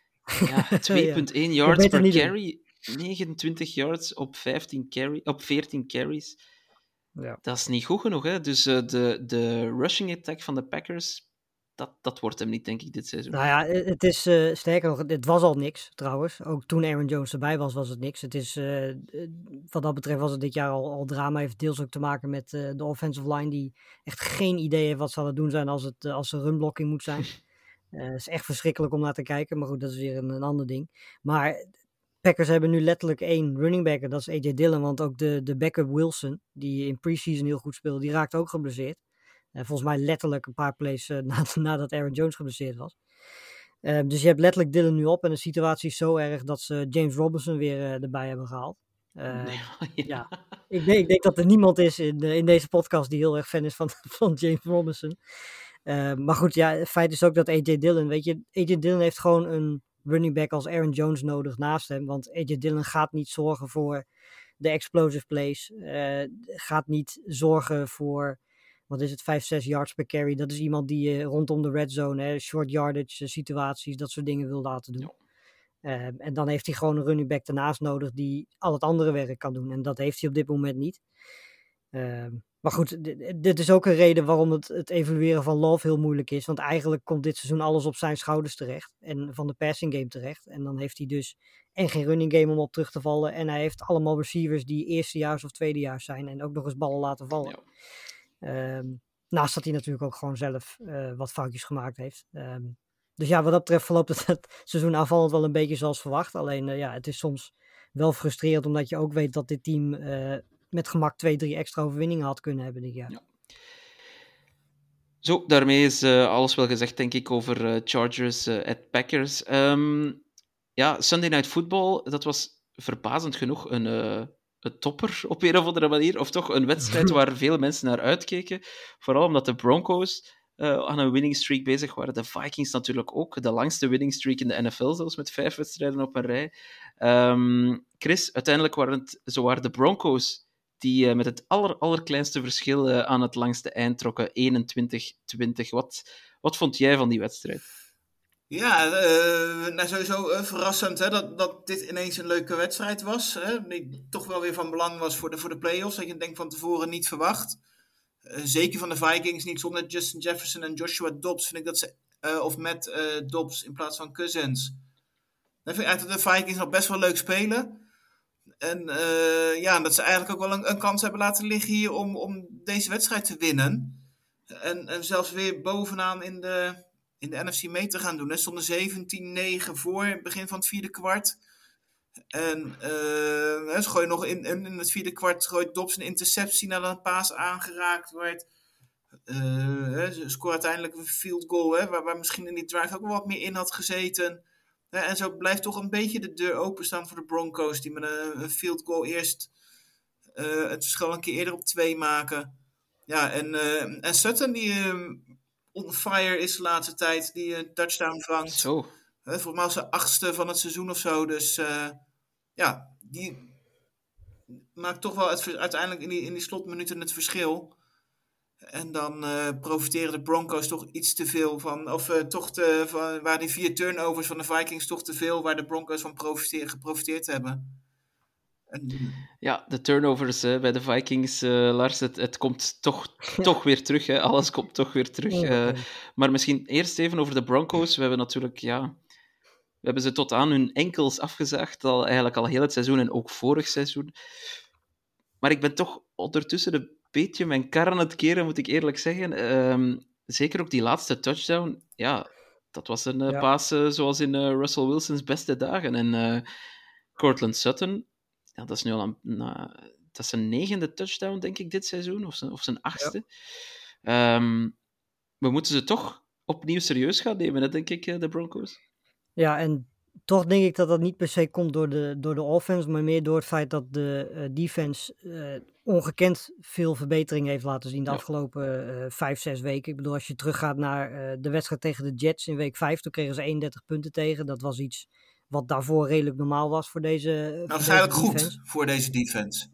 ja, twee komma één ja. yards per carry, negenentwintig yards op, vijftien carry, op veertien carries. Ja. Dat is niet goed genoeg, hè? Dus uh, de, de rushing attack van de Packers, dat, dat wordt hem niet, denk ik, dit seizoen. Nou ja, het is uh, sterker nog, het was al niks, trouwens. Ook toen Aaron Jones erbij was, was het niks. Het is, uh, wat dat betreft was het dit jaar al, al drama. Heeft deels ook te maken met uh, de offensive line, die echt geen idee heeft wat ze aan het doen zijn als het uh, als er runblocking moet zijn. Het uh, is echt verschrikkelijk om naar te kijken, maar goed, dat is weer een, een ander ding. Maar Packers hebben nu letterlijk één running back, en dat is A J Dillon, want ook de, de backup Wilson, die in preseason heel goed speelde, die raakt ook geblesseerd. Uh, volgens mij letterlijk een paar plays uh, nadat Aaron Jones geblesseerd was. Uh, dus je hebt letterlijk Dillon nu op en de situatie is zo erg dat ze James Robinson weer uh, erbij hebben gehaald. Uh, nee, ja. ja. Ik, denk, ik denk dat er niemand is in, uh, in deze podcast die heel erg fan is van, van James Robinson. Uh, maar goed, ja, het feit is ook dat A J Dillon, weet je, A J Dillon heeft gewoon een running back als Aaron Jones nodig naast hem, want A J Dillon gaat niet zorgen voor de explosive plays, uh, gaat niet zorgen voor, wat is het, vijf, zes yards per carry. Dat is iemand die uh, rondom de red zone, hè, short yardage uh, situaties, dat soort dingen wil laten doen. Ja. Uh, en dan heeft hij gewoon een running back daarnaast nodig die al het andere werk kan doen. En dat heeft hij op dit moment niet. Uh, maar goed, d- dit is ook een reden waarom het, het evalueren van Love heel moeilijk is. Want eigenlijk komt dit seizoen alles op zijn schouders terecht. En van de passing game terecht. En dan heeft hij dus en geen running game om op terug te vallen. En hij heeft allemaal receivers die eerstejaars of tweedejaars zijn. En ook nog eens ballen laten vallen. Ja. Um, naast dat hij natuurlijk ook gewoon zelf uh, wat foutjes gemaakt heeft. Um, dus ja, wat dat betreft verloopt het, het seizoen aanvallend wel een beetje zoals verwacht. Alleen uh, ja, het is soms wel frustrerend omdat je ook weet dat dit team uh, met gemak twee, drie extra overwinningen had kunnen hebben dit jaar. Ja. Zo, daarmee is uh, alles wel gezegd, denk ik, over uh, Chargers uh, at Packers. Um, ja, Sunday Night Football, dat was verbazend genoeg een, uh, een topper op een of andere manier. Of toch een wedstrijd waar veel mensen naar uitkeken. Vooral omdat de Broncos uh, aan een winning streak bezig waren. De Vikings natuurlijk ook. De langste winning streak in de N F L, zelfs met vijf wedstrijden op een rij. Um, Chris, uiteindelijk waren het zowaar de Broncos die uh, met het aller, allerkleinste verschil uh, aan het langste eind trokken, eenentwintig twintig. Wat, wat vond jij van die wedstrijd? Ja, uh, nou sowieso uh, verrassend hè, dat, dat dit ineens een leuke wedstrijd was. Hè, die toch wel weer van belang was voor de, voor de playoffs. Dat je denk van tevoren niet verwacht. Uh, zeker van de Vikings, niet zonder Justin Jefferson en Joshua Dobbs. Vind ik dat ze, uh, of met uh, Dobbs in plaats van Cousins. Dan vind ik eigenlijk dat de Vikings nog best wel leuk spelen. En uh, ja, dat ze eigenlijk ook wel een, een kans hebben laten liggen hier om, om deze wedstrijd te winnen. En, en zelfs weer bovenaan in de, in de N F C mee te gaan doen. Er stonden zeventien negen voor, begin van het vierde kwart. En uh, ze gooien nog in, in, in het vierde kwart gooit Dobbs een interceptie nadat een paas aangeraakt werd. Uh, ze scoren uiteindelijk een field goal, hè, waar, waar misschien in die drive ook wel wat meer in had gezeten. Ja, en zo blijft toch een beetje de deur openstaan voor de Broncos, die met een, een field goal eerst uh, het verschil een keer eerder op twee maken. Ja, en, uh, en Sutton, die uh, on fire is de laatste tijd, die een touchdown vangt. Zo. Uh, volgens mij was de achtste van het seizoen of zo. Dus uh, ja, die maakt toch wel het, uiteindelijk in die, in die slotminuten het verschil. En dan uh, profiteren de Broncos toch iets te veel van, of uh, toch te, van, waar die vier turnovers van de Vikings toch te veel, waar de Broncos van profiteer, geprofiteerd hebben. En... Ja, de turnovers hè, bij de Vikings, uh, Lars, het, het komt toch, ja. toch weer terug. Hè. Alles komt toch weer terug. Uh, maar misschien eerst even over de Broncos. We hebben natuurlijk, ja, we hebben ze tot aan hun enkels afgezaagd, al, eigenlijk al heel het seizoen en ook vorig seizoen. Maar ik ben toch ondertussen een beetje mijn kar aan het keren, moet ik eerlijk zeggen. Um, zeker ook die laatste touchdown. Ja, dat was een uh, ja. paas uh, zoals in uh, Russell Wilson's beste dagen. En uh, Courtland Sutton, ja, dat is nu al een, uh, dat is zijn negende touchdown, denk ik, dit seizoen. Of zijn, of zijn achtste. Ja. Um, we moeten ze toch opnieuw serieus gaan nemen, hè, denk ik, uh, de Broncos. Ja, en toch denk ik dat dat niet per se komt door de, door de offense, maar meer door het feit dat de uh, defense uh, ongekend veel verbetering heeft laten zien de ja. afgelopen uh, vijf, zes weken. Ik bedoel, als je teruggaat naar uh, de wedstrijd tegen de Jets in week vijf, toen kregen ze eenendertig punten tegen. Dat was iets wat daarvoor redelijk normaal was voor deze uh, Nou, dat is eigenlijk goed voor deze defense.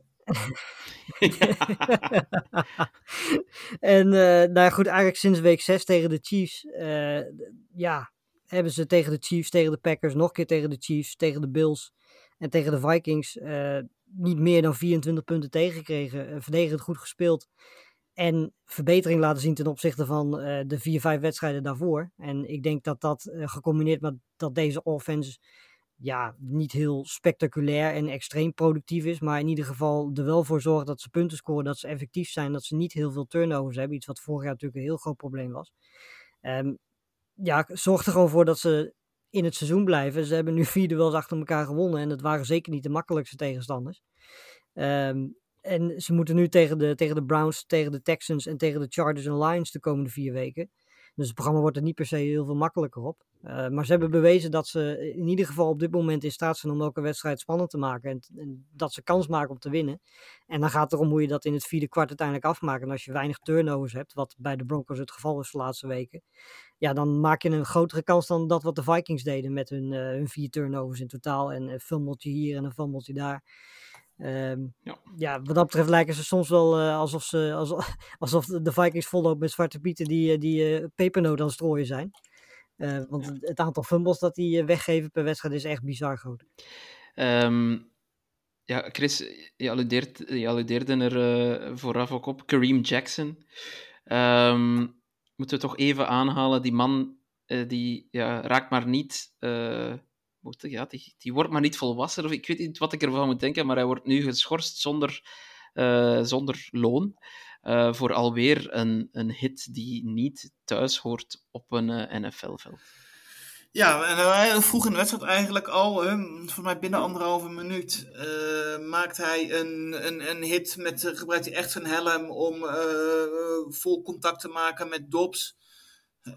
en uh, nou goed, eigenlijk sinds week zes tegen de Chiefs, uh, ja... hebben ze tegen de Chiefs, tegen de Packers, nog een keer tegen de Chiefs, tegen de Bills en tegen de Vikings uh, niet meer dan vierentwintig punten tegengekregen. Uh, verdedigend goed gespeeld en verbetering laten zien ten opzichte van uh, de vier, vijf wedstrijden daarvoor. En ik denk dat dat uh, gecombineerd met dat deze offense ja, niet heel spectaculair en extreem productief is, maar in ieder geval er wel voor zorgt dat ze punten scoren, dat ze effectief zijn, dat ze niet heel veel turnovers hebben. Iets wat vorig jaar natuurlijk een heel groot probleem was. Um, Ja, zorg er gewoon voor dat ze in het seizoen blijven. Ze hebben nu vier duels achter elkaar gewonnen. En dat waren zeker niet de makkelijkste tegenstanders. Um, en ze moeten nu tegen de, tegen de Browns, tegen de Texans en tegen de Chargers en Lions de komende vier weken. Dus het programma wordt er niet per se heel veel makkelijker op. Uh, maar ze hebben bewezen dat ze in ieder geval op dit moment in staat zijn om elke wedstrijd spannend te maken. En, en dat ze kans maken om te winnen. En dan gaat het erom hoe je dat in het vierde kwart uiteindelijk afmaakt. En als je weinig turnovers hebt, wat bij de Broncos het geval is de laatste weken. Ja, dan maak je een grotere kans dan dat wat de Vikings deden met hun, uh, hun vier turnovers in totaal. En een fummeltje hier en een fummeltje daar. Um, ja. ja, wat dat betreft lijken ze soms wel uh, alsof, ze, alsof, alsof de Vikings volop met zwarte pieten die, die uh, pepernoten aan het strooien zijn. Uh, want ja. het aantal fumbles dat die uh, weggeven per wedstrijd is echt bizar groot. Um, ja, Chris, je alludeert, je alludeerde er uh, vooraf ook op. Kareem Jackson. Um, moeten we toch even aanhalen. Die man uh, die ja, raakt maar niet... Uh, Ja, die, die wordt maar niet volwassen. Of ik weet niet wat ik ervan moet denken, maar hij wordt nu geschorst zonder, uh, zonder loon. Uh, voor alweer een, een hit die niet thuis hoort op een uh, N F L-veld. Ja, en uh, vroeg in de wedstrijd eigenlijk al, uh, voor mij binnen anderhalve minuut, uh, maakt hij een, een, een hit met, uh, gebruikt hij echt zijn helm om uh, vol contact te maken met Dobbs. Uh,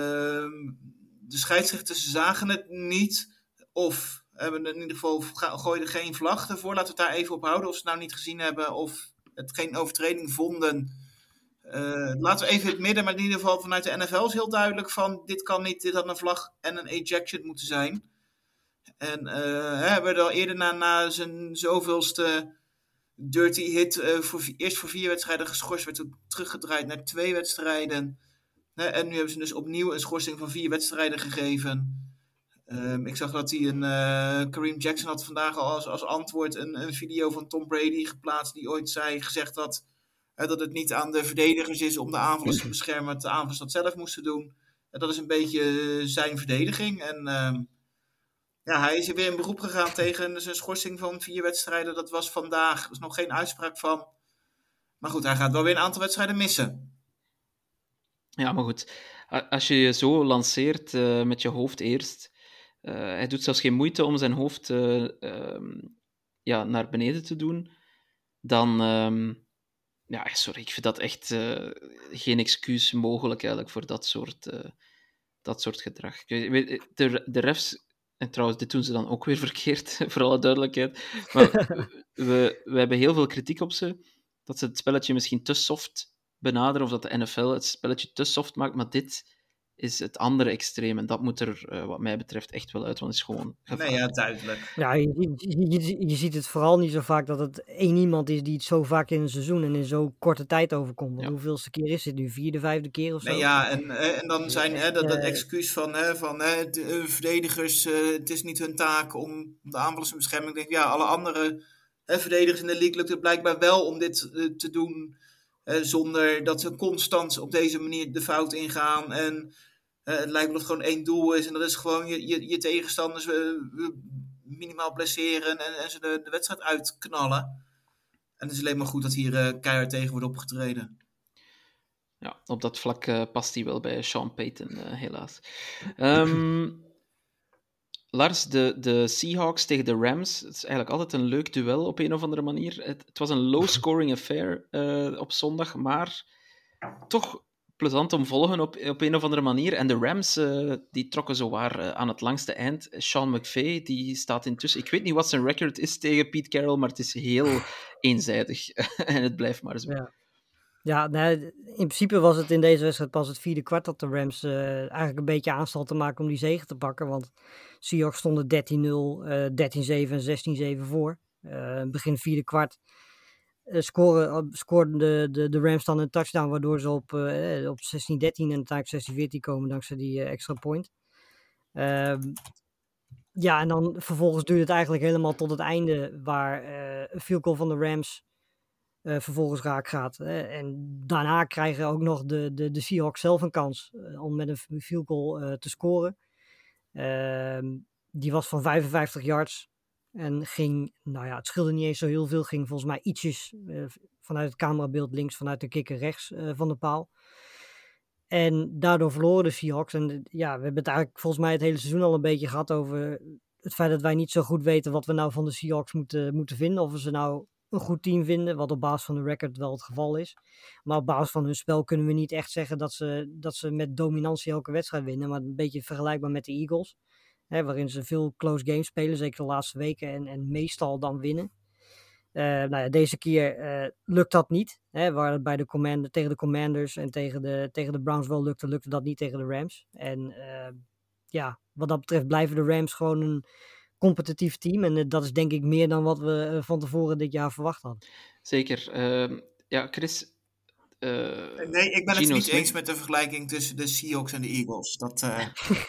de scheidsrechters zagen het niet, of hebben in ieder geval gooiden geen vlag ervoor. Laten we het daar even op houden, of ze het nou niet gezien hebben of het geen overtreding vonden. Uh, laten we even in het midden, maar in ieder geval vanuit de N F L is heel duidelijk van dit kan niet, dit had een vlag en een ejection moeten zijn. En uh, hè, hebben we al eerder na, na zijn zoveelste dirty hit uh, voor, eerst voor vier wedstrijden geschorst, werd ook teruggedraaid naar twee wedstrijden. Hè, en nu hebben ze dus opnieuw een schorsing van vier wedstrijden gegeven. Um, ik zag dat hij een uh, Kareem Jackson had vandaag al als, als antwoord een, een video van Tom Brady geplaatst die ooit zei, gezegd had dat het niet aan de verdedigers is om de aanvallers te beschermen, dat de aanvallers dat zelf moesten doen. Dat is een beetje zijn verdediging. En uh, ja, hij is er weer in beroep gegaan tegen zijn schorsing van vier wedstrijden. Dat was vandaag. Er is nog geen uitspraak van. Maar goed, hij gaat wel weer een aantal wedstrijden missen. Ja, maar goed. Als je je zo lanceert uh, met je hoofd eerst. Uh, hij doet zelfs geen moeite om zijn hoofd uh, um, ja, naar beneden te doen. Dan... Um, Ja, sorry, ik vind dat echt uh, geen excuus mogelijk eigenlijk voor dat soort, uh, dat soort gedrag. Ik weet, de, de refs, en trouwens, dit doen ze dan ook weer verkeerd, voor alle duidelijkheid, maar we, we hebben heel veel kritiek op ze, dat ze het spelletje misschien te soft benaderen, of dat de N F L het spelletje te soft maakt, maar dit is het andere extreem, en dat moet er, uh, wat mij betreft, echt wel uit, want het is gewoon gevaarlijk. Nee, ja, duidelijk. Ja, je, je, je, je ziet het vooral niet zo vaak dat het één iemand is die het zo vaak in een seizoen en in zo'n korte tijd overkomt. Want Ja. Hoeveelste keer is dit nu? Vierde, vijfde keer of zo? Nee, ja, en, en dan zijn hè, dat, dat excuus van, hè, van hè, de verdedigers, uh, het is niet hun taak om de aanvallers te beschermen. Ik denk, ja, alle andere hè, verdedigers in de league lukt het blijkbaar wel om dit uh, te doen uh, zonder dat ze constant op deze manier de fout ingaan. En uh, het lijkt wel dat het gewoon één doel is en dat is gewoon je, je, je tegenstanders uh, minimaal blesseren en, en ze de, de wedstrijd uitknallen. En het is alleen maar goed dat hier uh, keihard tegen wordt opgetreden. Ja, op dat vlak uh, past hij wel bij Sean Payton, uh, helaas. Um, Lars, de, de Seahawks tegen de Rams, het is eigenlijk altijd een leuk duel op een of andere manier. Het, het was een low-scoring affair uh, op zondag, maar toch plezant om volgen op, op een of andere manier. En de Rams, uh, die trokken zowaar uh, aan het langste eind. Sean McVay, die staat intussen... Ik weet niet wat zijn record is tegen Pete Carroll, maar het is heel eenzijdig. En het blijft maar zo. Ja. Ja, nee, in principe was het in deze wedstrijd pas het vierde kwart dat de Rams uh, eigenlijk een beetje aanstalten maken om die zege te pakken. Want Seahawks stonden dertien nul, uh, dertien zeven en zestien zeven voor. Uh, begin vierde kwart uh, scoren, scoorden de, de, de Rams dan een touchdown, waardoor ze op, uh, op zestien dertien en uiteindelijk zestien veertien komen dankzij die uh, extra point. Uh, ja, en dan vervolgens duurde het eigenlijk helemaal tot het einde, waar uh, een field goal van de Rams Uh, vervolgens raak gaat. Hè. En daarna krijgen ook nog de, de, de Seahawks zelf een kans uh, om met een field goal uh, te scoren. Uh, die was van vijfenvijftig yards en ging, nou ja, het scheelde niet eens zo heel veel, ging volgens mij ietsjes uh, vanuit het camerabeeld links, vanuit de kikker rechts uh, van de paal. En daardoor verloren de Seahawks. En uh, ja, we hebben het eigenlijk volgens mij het hele seizoen al een beetje gehad over het feit dat wij niet zo goed weten wat we nou van de Seahawks moeten, moeten vinden. Of we ze nou een goed team vinden, wat op basis van de record wel het geval is. Maar op basis van hun spel kunnen we niet echt zeggen dat ze, dat ze met dominantie elke wedstrijd winnen, maar een beetje vergelijkbaar met de Eagles, hè, waarin ze veel close games spelen, zeker de laatste weken, en, en meestal dan winnen. Uh, nou ja, deze keer uh, lukt dat niet, hè, waar het bij de commander, tegen de Commanders en tegen de, tegen de Browns wel lukte, lukte dat niet tegen de Rams. En uh, ja, wat dat betreft blijven de Rams gewoon een competitief team. En uh, dat is denk ik meer dan wat we uh, van tevoren dit jaar verwacht hadden. Zeker. Uh, ja, Chris... Uh, nee, ik ben Geno het niet Smith. eens met de vergelijking tussen de Seahawks en de Eagles. Dat, uh...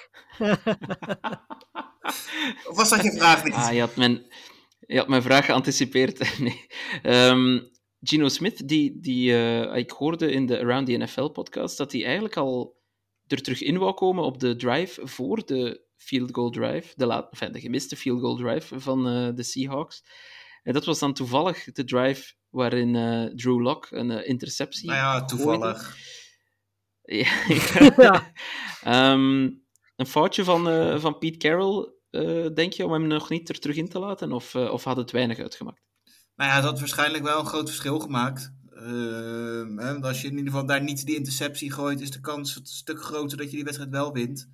of was dat je vraag niet? Ah, je had mijn, je had mijn vraag geanticipeerd. Nee. Um, Geno Smith, die, die uh, ik hoorde in de Around the N F L podcast, dat hij eigenlijk al er terug in wou komen op de drive voor de field goal drive, de, laat, enfin, de gemiste field goal drive van uh, de Seahawks. En dat was dan toevallig de drive waarin uh, Drew Lock een uh, interceptie Nou ja, toevallig. ja, ja. um, een foutje van, uh, van Pete Carroll, uh, denk je, om hem nog niet er terug in te laten? Of, uh, of had het weinig uitgemaakt? Nou ja, dat had waarschijnlijk wel een groot verschil gemaakt. Uh, hè, als je in ieder geval daar niet die interceptie gooit, is de kans een stuk groter dat je die wedstrijd wel wint.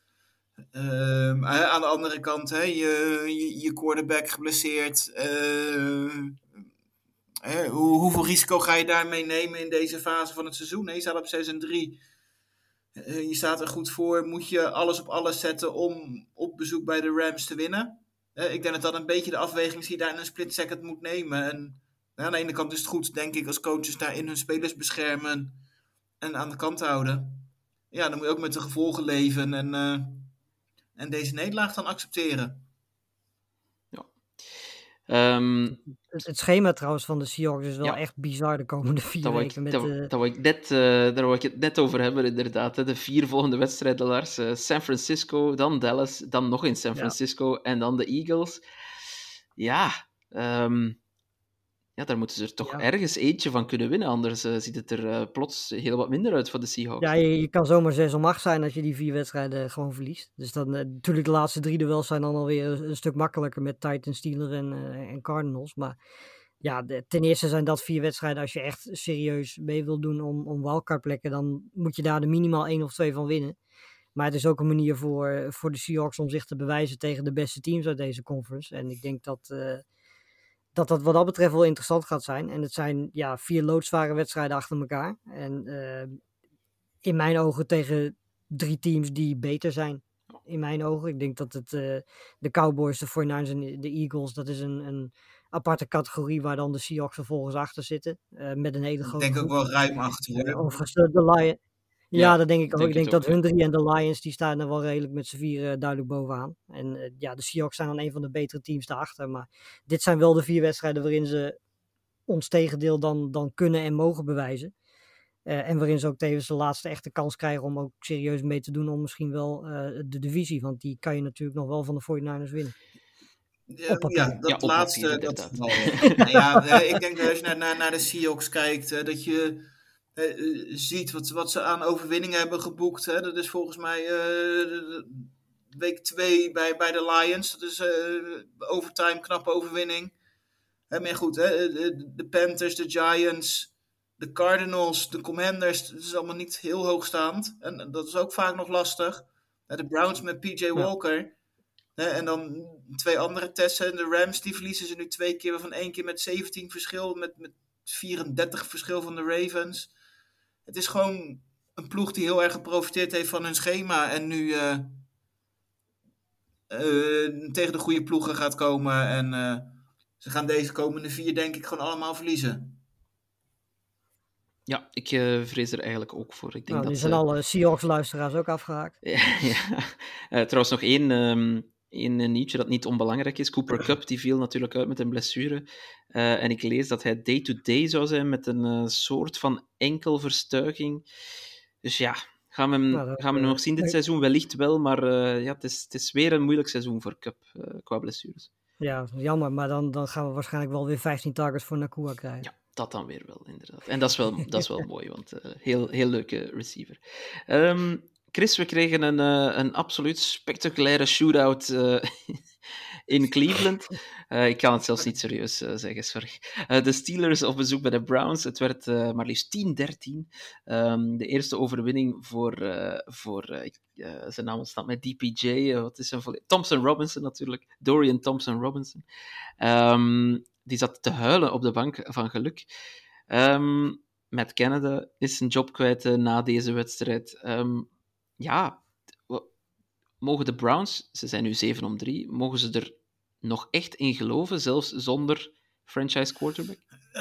Uh, aan de andere kant, hè, je, je, je quarterback geblesseerd. Uh, hè, hoe, hoeveel risico ga je daarmee nemen in deze fase van het seizoen? Je staat op zes en drie. Uh, je staat er goed voor. Moet je alles op alles zetten om op bezoek bij de Rams te winnen? Uh, ik denk dat dat een beetje de afweging is die je daar in een split second moet nemen. En nou, aan de ene kant is het goed, denk ik, als coaches daarin hun spelers beschermen en aan de kant houden. Ja, dan moet je ook met de gevolgen leven en, uh, en deze nederlaag dan accepteren. Ja. Um, het, het schema trouwens van de Seahawks is wel ja. echt bizar de komende vier dat weken. Ik, met, dat, uh... dat wou ik net, uh, daar wou ik het net over hebben, inderdaad. Hè. De vier volgende wedstrijden, Lars. Uh, San Francisco, dan Dallas, dan nog in San Francisco ja. en dan de Eagles. Ja, um, ja, daar moeten ze er toch ja. ergens eentje van kunnen winnen. Anders uh, ziet het er uh, plots heel wat minder uit voor de Seahawks. Ja, je, je kan zomaar zes om acht zijn als je die vier wedstrijden gewoon verliest. Dus dan uh, natuurlijk de laatste drie duels zijn dan alweer een, een stuk makkelijker met Titans, Steelers en, uh, en Cardinals. Maar ja, de, ten eerste zijn dat vier wedstrijden. Als je echt serieus mee wil doen om, om wildcardplekken, dan moet je daar er minimaal één of twee van winnen. Maar het is ook een manier voor, voor de Seahawks om zich te bewijzen tegen de beste teams uit deze conference. En ik denk dat... Uh, dat dat wat dat betreft wel interessant gaat zijn. En het zijn ja, vier loodzware wedstrijden achter elkaar. En uh, in mijn ogen tegen drie teams die beter zijn. In mijn ogen. Ik denk dat het uh, de Cowboys, de forty-niners en de Eagles, dat is een, een aparte categorie waar dan de Seahawks vervolgens achter zitten. Uh, met een hele grote Ik denk ook wel ruim achter. Uh, overigens de Lions. Ja, ja, dat denk ik ook. Denk ik denk dat ook, hun drie en de Lions, die staan er wel redelijk met z'n vier uh, duidelijk bovenaan. En uh, ja, de Seahawks zijn dan een van de betere teams daarachter. Maar dit zijn wel de vier wedstrijden waarin ze ons tegendeel dan, dan kunnen en mogen bewijzen. Uh, en waarin ze ook tevens de laatste echte kans krijgen om ook serieus mee te doen om misschien wel uh, de divisie. Want die kan je natuurlijk nog wel van de forty-niners winnen. Ja, ja, dat ja, laatste. Papier, dat wel. nou ja, ik denk dat als je naar, naar, naar de Seahawks kijkt, hè, dat je... Uh, ziet wat, wat ze aan overwinningen hebben geboekt. Hè. Dat is volgens mij uh, week twee bij, bij de Lions. Dat is uh, overtime, knappe overwinning. Uh, maar goed, hè, de, de Panthers, de Giants, de Cardinals, de Commanders. Dat is allemaal niet heel hoogstaand. En dat is ook vaak nog lastig. Uh, de Browns met P J Walker. Ja. Uh, en dan twee andere testen. De Rams, die verliezen ze nu twee keer. Waarvan één keer met zeventien verschil. Met, met vierendertig verschil van de Ravens. Het is gewoon een ploeg die heel erg geprofiteerd heeft van hun schema. En nu uh, uh, tegen de goede ploegen gaat komen. En uh, ze gaan deze komende vier denk ik gewoon allemaal verliezen. Ja, ik uh, vrees er eigenlijk ook voor. Ik denk nou, dat die zijn uh, alle Seahawks-luisteraars ook afgehaakt. ja, ja. Uh, trouwens nog één... Um... een nieuwtje dat niet onbelangrijk is. Cooper Kupp die viel natuurlijk uit met een blessure. Uh, en ik lees dat hij day-to-day zou zijn met een uh, soort van enkelverstuiging. Dus ja, gaan we hem, nou, dat, gaan we hem uh, nog zien dit uh, seizoen? Wellicht wel, maar uh, ja, het, is, het is weer een moeilijk seizoen voor Kupp uh, qua blessures. Ja, jammer, maar dan, dan gaan we waarschijnlijk wel weer vijftien targets voor Nakua krijgen. Ja, dat dan weer wel, inderdaad. En dat is wel, dat is wel mooi, want uh, heel, heel leuke receiver. Um, Chris, we kregen een, uh, een absoluut spectaculaire shootout uh, in Cleveland. Uh, ik kan het zelfs niet serieus uh, zeggen, sorry. Uh, de Steelers op bezoek bij de Browns. Het werd uh, maar liefst tien dertien. Um, de eerste overwinning voor, uh, voor uh, uh, zijn naam staat met D P J. Uh, wat is zijn volle... Thompson Robinson natuurlijk. Dorian Thompson Robinson. Um, die zat te huilen op de bank van geluk. Um, Matt Canada is zijn job kwijt uh, na deze wedstrijd. Um, Ja, mogen de Browns, ze zijn nu zeven om drie, mogen ze er nog echt in geloven, zelfs zonder franchise quarterback?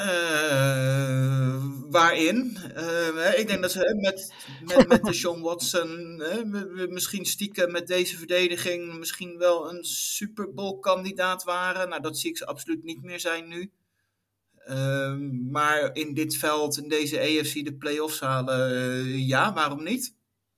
Uh, waarin? Uh, ik denk dat ze met, met, met de Deshaun Watson, uh, misschien stiekem met deze verdediging, misschien wel een Super Bowl kandidaat waren. Nou, dat zie ik ze absoluut niet meer zijn nu. Uh, maar in dit veld, in deze A F C, de playoffs halen, uh, ja, waarom niet?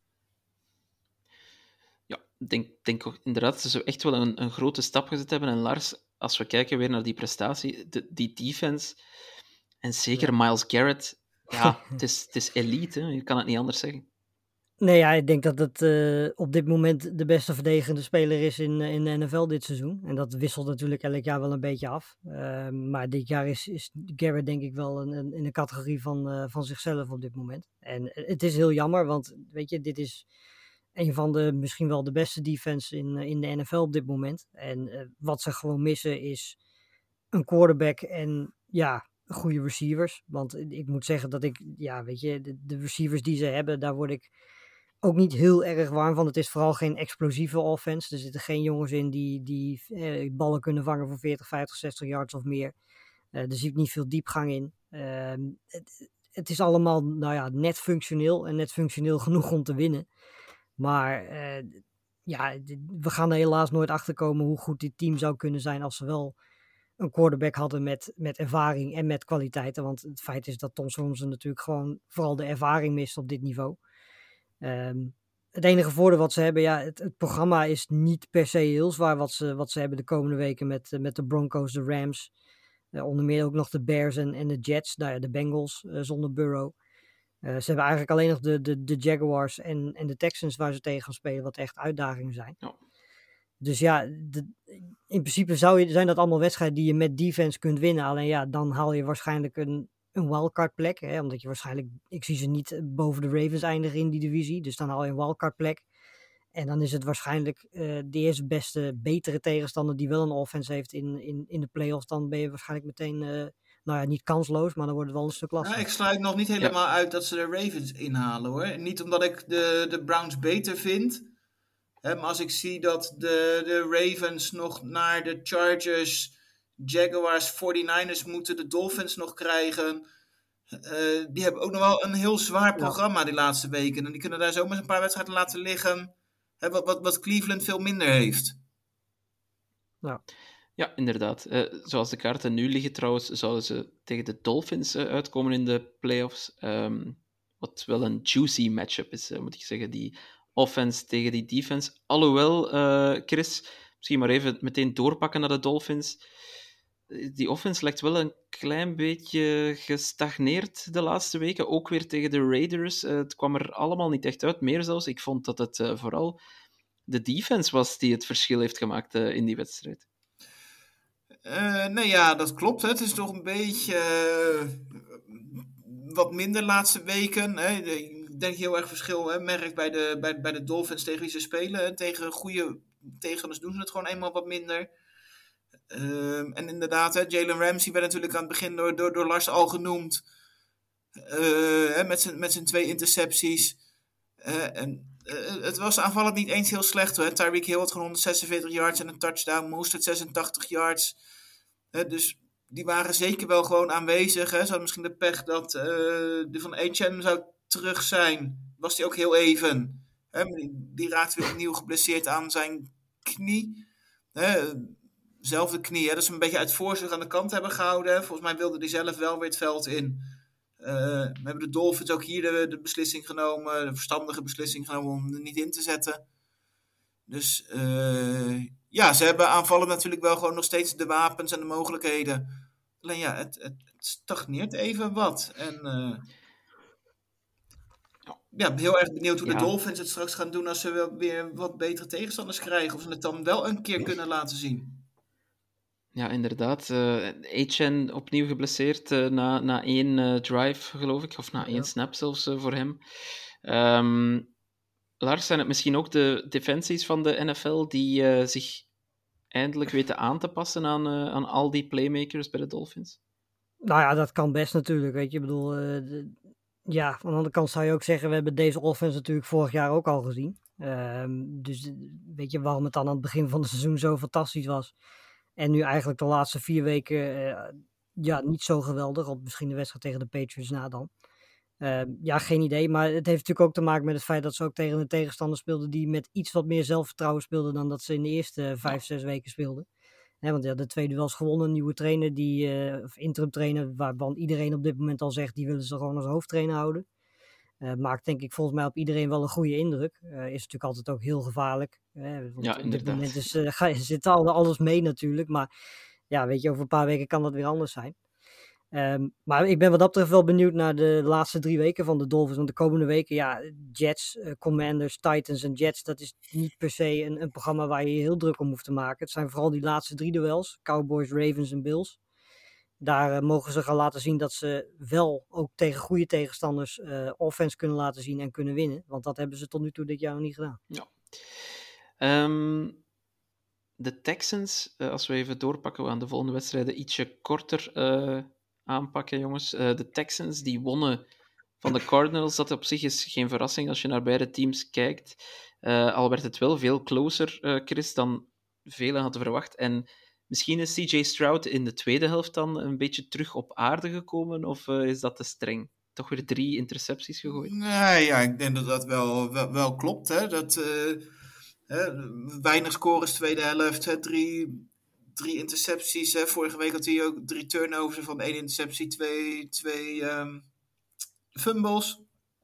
Ik denk, denk ook inderdaad dat ze echt wel een, een grote stap gezet hebben. En Lars, als we kijken weer naar die prestatie, de, die defense, en zeker ja. Myles Garrett, ja, het is, het is elite, hè? Je kan het niet anders zeggen. Nee, ja, ik denk dat het uh, op dit moment de beste verdedigende speler is in, in de N F L dit seizoen. En dat wisselt natuurlijk elk jaar wel een beetje af. Uh, maar dit jaar is, is Garrett denk ik wel een, een, in de categorie van, uh, van zichzelf op dit moment. En het is heel jammer, want weet je, dit is een van de misschien wel de beste defense in, in de N F L op dit moment. En uh, wat ze gewoon missen is een quarterback en ja, goede receivers. Want ik moet zeggen dat ik, ja, weet je, de, de receivers die ze hebben, daar word ik ook niet heel erg warm van. Het is vooral geen explosieve offense. Er zitten geen jongens in die, die eh, ballen kunnen vangen voor veertig, vijftig, zestig yards of meer. Uh, er zit niet veel diepgang in. Uh, het, het is allemaal nou ja, net functioneel en net functioneel genoeg om te winnen. Maar uh, ja, we gaan er helaas nooit achter komen hoe goed dit team zou kunnen zijn als ze wel een quarterback hadden met, met ervaring en met kwaliteiten. Want het feit is dat Tom Sorensen natuurlijk gewoon vooral de ervaring mist op dit niveau. Um, het enige voordeel wat ze hebben, ja, het, het programma is niet per se heel zwaar wat ze, wat ze hebben de komende weken met, uh, met de Broncos, de Rams. Uh, onder meer ook nog de Bears en, en de Jets, nou ja, de Bengals uh, zonder Burrow. Uh, ze hebben eigenlijk alleen nog de, de, de Jaguars en, en de Texans waar ze tegen gaan spelen, wat echt uitdagingen zijn. Ja. Dus ja, de, in principe zou je, zijn dat allemaal wedstrijden die je met defense kunt winnen. Alleen ja, dan haal je waarschijnlijk een, een wildcard plek. Hè, omdat je waarschijnlijk, ik zie ze niet boven de Ravens eindigen in die divisie. Dus dan haal je een wildcard plek. En dan is het waarschijnlijk uh, de eerste beste, betere tegenstander die wel een offense heeft in, in, in de playoffs. Dan ben je waarschijnlijk meteen, uh, nou ja, niet kansloos, maar dan wordt het wel een stuk lastiger. Ja, ik sluit nog niet helemaal ja. uit dat ze de Ravens inhalen hoor. Niet omdat ik de, de Browns beter vind. Hè, maar als ik zie dat de, de Ravens nog naar de Chargers, Jaguars, forty-niners moeten, de Dolphins nog krijgen. Uh, die hebben ook nog wel een heel zwaar programma ja. die laatste weken. En die kunnen daar zomaar een paar wedstrijden laten liggen. Hè, wat, wat, wat Cleveland veel minder heeft. Ja, ja inderdaad. Uh, zoals de kaarten nu liggen trouwens, zouden ze tegen de Dolphins uh, uitkomen in de playoffs. Um, wat wel een juicy matchup is, uh, moet ik zeggen. Die offense tegen die defense. Alhoewel, uh, Chris, misschien maar even meteen doorpakken naar de Dolphins. Die offense lijkt wel een klein beetje gestagneerd de laatste weken. Ook weer tegen de Raiders. Uh, het kwam er allemaal niet echt uit. Meer zelfs. Ik vond dat het uh, vooral de defense was die het verschil heeft gemaakt uh, in die wedstrijd. Uh, nee, ja, dat klopt. Hè. Het is toch een beetje uh, wat minder de laatste weken. Hè. Ik denk heel erg verschil hè, merk bij de, bij, bij de Dolphins tegen wie ze spelen. Hè. Tegen goede tegenstanders doen ze het gewoon eenmaal wat minder. Uh, en inderdaad, hè, Jalen Ramsey werd natuurlijk aan het begin door, door, door Lars al genoemd. Uh, hè, met zijn met zijn twee intercepties. Uh, en uh, het was aanvallend niet eens heel slecht. Hè. Tyreek Hill had gewoon honderdzesenveertig yards en een touchdown. Mostert zesentachtig yards. Uh, dus die waren zeker wel gewoon aanwezig. Hè. Ze hadden misschien de pech dat uh, de van Etienne zou terug zijn. Was die ook heel even. Hè. Die, die raakte weer opnieuw geblesseerd aan zijn knie. Hè. Zelfde knie, hè, dat ze een beetje uit voorzorg aan de kant hebben gehouden. Volgens mij wilde hij zelf wel weer het veld in. Uh, we hebben de Dolphins ook hier de, de beslissing genomen, de verstandige beslissing genomen om er niet in te zetten. Dus uh, ja, ze hebben aanvallen natuurlijk wel gewoon nog steeds de wapens en de mogelijkheden. Alleen ja, het, het, het stagneert even wat. En uh, ja, heel erg benieuwd hoe ja. de Dolphins het straks gaan doen als ze wel weer wat betere tegenstanders krijgen. Of ze het dan wel een keer kunnen laten zien. Ja, inderdaad. Uh, Etienne opnieuw geblesseerd uh, na, na één uh, drive, geloof ik. Of na één ja. snap zelfs uh, voor hem. Um, Lars, zijn het misschien ook de defensies van de N F L die uh, zich eindelijk weten aan te passen aan, uh, aan al die playmakers bij de Dolphins? Nou ja, dat kan best natuurlijk. Weet je, ik bedoel... Uh, de, ja, aan de andere kant zou je ook zeggen, we hebben deze offense natuurlijk vorig jaar ook al gezien. Uh, dus weet je waarom het dan aan het begin van het seizoen zo fantastisch was... En nu eigenlijk de laatste vier weken uh, ja, niet zo geweldig. Op misschien de wedstrijd tegen de Patriots na dan. Uh, ja, geen idee. Maar het heeft natuurlijk ook te maken met het feit dat ze ook tegen een tegenstander speelden die met iets wat meer zelfvertrouwen speelden dan dat ze in de eerste vijf, zes weken speelden. Hè, want ja, de twee duels gewonnen. Een nieuwe trainer, die, uh, of interim trainer, waarvan iedereen op dit moment al zegt, die willen ze gewoon als hoofdtrainer houden. Uh, maakt denk ik volgens mij op iedereen wel een goede indruk. Uh, is natuurlijk altijd ook heel gevaarlijk. Uh, want ja, op dit moment is, uh, ga, zit al, alles mee natuurlijk. Maar ja, weet je, over een paar weken kan dat weer anders zijn. Um, maar ik ben wat dat betreft wel benieuwd naar de laatste drie weken van de Dolphins. Want de komende weken, ja, Jets, uh, Commanders, Titans en Jets, dat is niet per se een, een programma waar je je heel druk om hoeft te maken. Het zijn vooral die laatste drie duels, Cowboys, Ravens en Bills. Daar uh, mogen ze gaan laten zien dat ze wel ook tegen goede tegenstanders uh, offense kunnen laten zien en kunnen winnen. Want dat hebben ze tot nu toe dit jaar nog niet gedaan. Ja. Um, de Texans, uh, als we even doorpakken, we gaan de volgende wedstrijden ietsje korter uh, aanpakken, jongens. Uh, de Texans, die wonnen van de Cardinals. Dat op zich is geen verrassing als je naar beide teams kijkt. Uh, al werd het wel veel closer, uh, Chris, dan velen hadden verwacht. En misschien is C J Stroud in de tweede helft dan een beetje terug op aarde gekomen, of uh, is dat te streng? Toch weer drie intercepties gegooid? Nee, ja, ik denk dat dat wel, wel, wel klopt. Hè? Dat, uh, hè, weinig scores tweede helft, hè? Drie, drie intercepties. Hè? Vorige week had hij ook drie turnovers van één interceptie, twee, twee um, fumbles.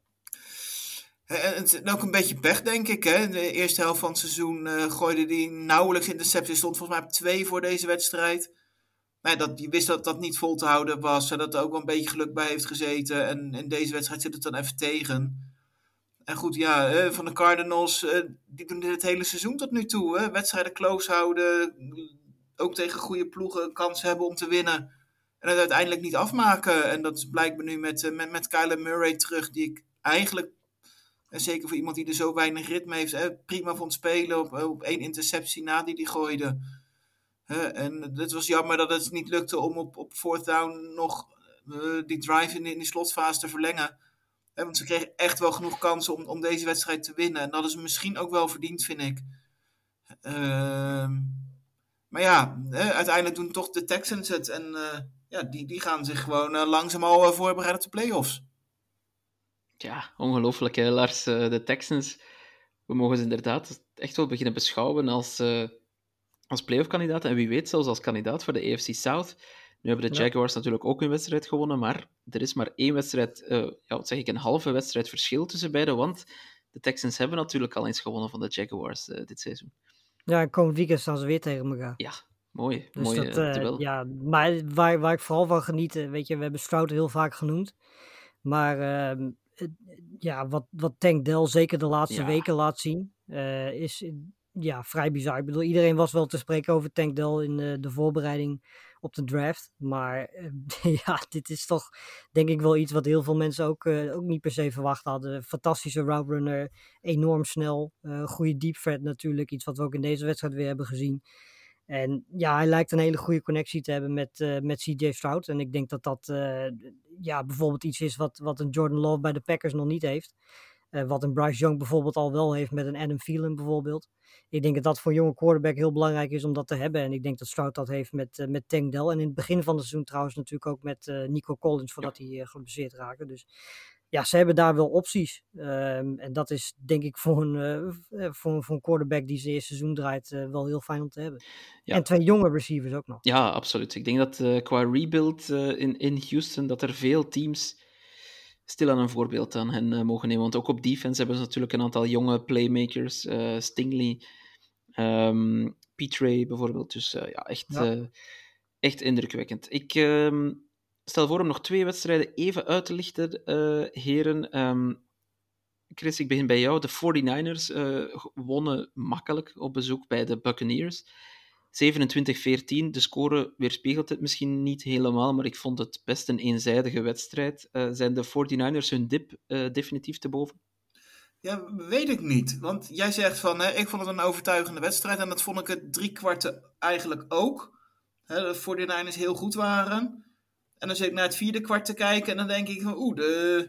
En het is ook een beetje pech, denk ik. Hè? De eerste helft van het seizoen uh, gooide hij nauwelijks intercepties. Stond volgens mij op twee voor deze wedstrijd. Maar ja, dat, je wist dat dat niet vol te houden was. En dat er ook wel een beetje geluk bij heeft gezeten. En in deze wedstrijd zit het dan even tegen. En goed, ja, uh, van de Cardinals, uh, die doen dit het hele seizoen tot nu toe. Hè? Wedstrijden close houden. Ook tegen goede ploegen kans hebben om te winnen. En het uiteindelijk niet afmaken. En dat is blijkbaar nu met, uh, met, met Kyler Murray terug. Die ik eigenlijk... En zeker voor iemand die er zo weinig ritme heeft, hè, prima vond spelen op, op één interceptie na die die gooide. Hè, en het was jammer dat het niet lukte om op, op fourth down nog uh, die drive in, in die slotfase te verlengen. Hè, want ze kregen echt wel genoeg kansen om, om deze wedstrijd te winnen. En dat is misschien ook wel verdiend, vind ik. Uh, maar ja, hè, uiteindelijk doen toch de Texans het. En uh, ja, die, die gaan zich gewoon uh, langzaam al uh, voorbereiden op de playoffs. Ja, ongelooflijk, hè, Lars. De Texans, we mogen ze inderdaad echt wel beginnen beschouwen als, uh, als playoff-kandidaat en wie weet zelfs als kandidaat voor de A F C South. Nu hebben de Jaguars ja. natuurlijk ook een wedstrijd gewonnen, maar er is maar één wedstrijd, uh, ja, wat zeg ik, een halve wedstrijd verschil tussen beiden, want de Texans hebben natuurlijk al eens gewonnen van de Jaguars uh, dit seizoen. Ja, en komend weekend staan ze weer tegen elkaar. Ja, mooi. Dus mooi dat, uh, duel. Ja, maar waar, waar ik vooral van geniet, weet je, we hebben Stroud heel vaak genoemd, maar... Uh, Ja, wat, wat Tank Dell zeker de laatste ja. weken laat zien, uh, is ja, vrij bizar. Ik bedoel, iedereen was wel te spreken over Tank Dell in uh, de voorbereiding op de draft. Maar uh, ja, dit is toch denk ik wel iets wat heel veel mensen ook, uh, ook niet per se verwacht hadden. Fantastische route runner, enorm snel, uh, goede deep threat natuurlijk. Iets wat we ook in deze wedstrijd weer hebben gezien. En ja, hij lijkt een hele goede connectie te hebben met, uh, met C J Stroud. En ik denk dat dat uh, ja, bijvoorbeeld iets is wat, wat een Jordan Love bij de Packers nog niet heeft. Uh, wat een Bryce Young bijvoorbeeld al wel heeft met een Adam Thielen bijvoorbeeld. Ik denk dat dat voor een jonge quarterback heel belangrijk is om dat te hebben. En ik denk dat Stroud dat heeft met, uh, met Tank Dell. En in het begin van het seizoen trouwens natuurlijk ook met uh, Nico Collins voordat ja. hij uh, geblesseerd raakte. Dus ja, ze hebben daar wel opties. Um, en dat is denk ik voor een, uh, voor, voor een quarterback die zijn eerste seizoen draait uh, wel heel fijn om te hebben. Ja. En twee jonge receivers ook nog. Ja, absoluut. Ik denk dat uh, qua rebuild uh, in, in Houston dat er veel teams stilaan een voorbeeld aan hen uh, mogen nemen. Want ook op defense hebben ze natuurlijk een aantal jonge playmakers. Uh, Stingley, um, Petray bijvoorbeeld. Dus uh, ja, echt, ja. Uh, echt indrukwekkend. Ik... Uh, Stel voor om nog twee wedstrijden even uit te lichten, uh, heren. Um, Chris, ik begin bij jou. De forty-niners uh, wonnen makkelijk op bezoek bij de Buccaneers. zevenentwintig veertien. De score weerspiegelt het misschien niet helemaal, maar ik vond het best een eenzijdige wedstrijd. Uh, zijn de forty-niners hun dip uh, definitief te boven? Ja, weet ik niet. Want jij zegt van, hè, ik vond het een overtuigende wedstrijd en dat vond ik het drie kwarten eigenlijk ook. Hè, de forty-niners heel goed waren. En dan zit ik naar het vierde kwart te kijken en dan denk ik van oeh, de,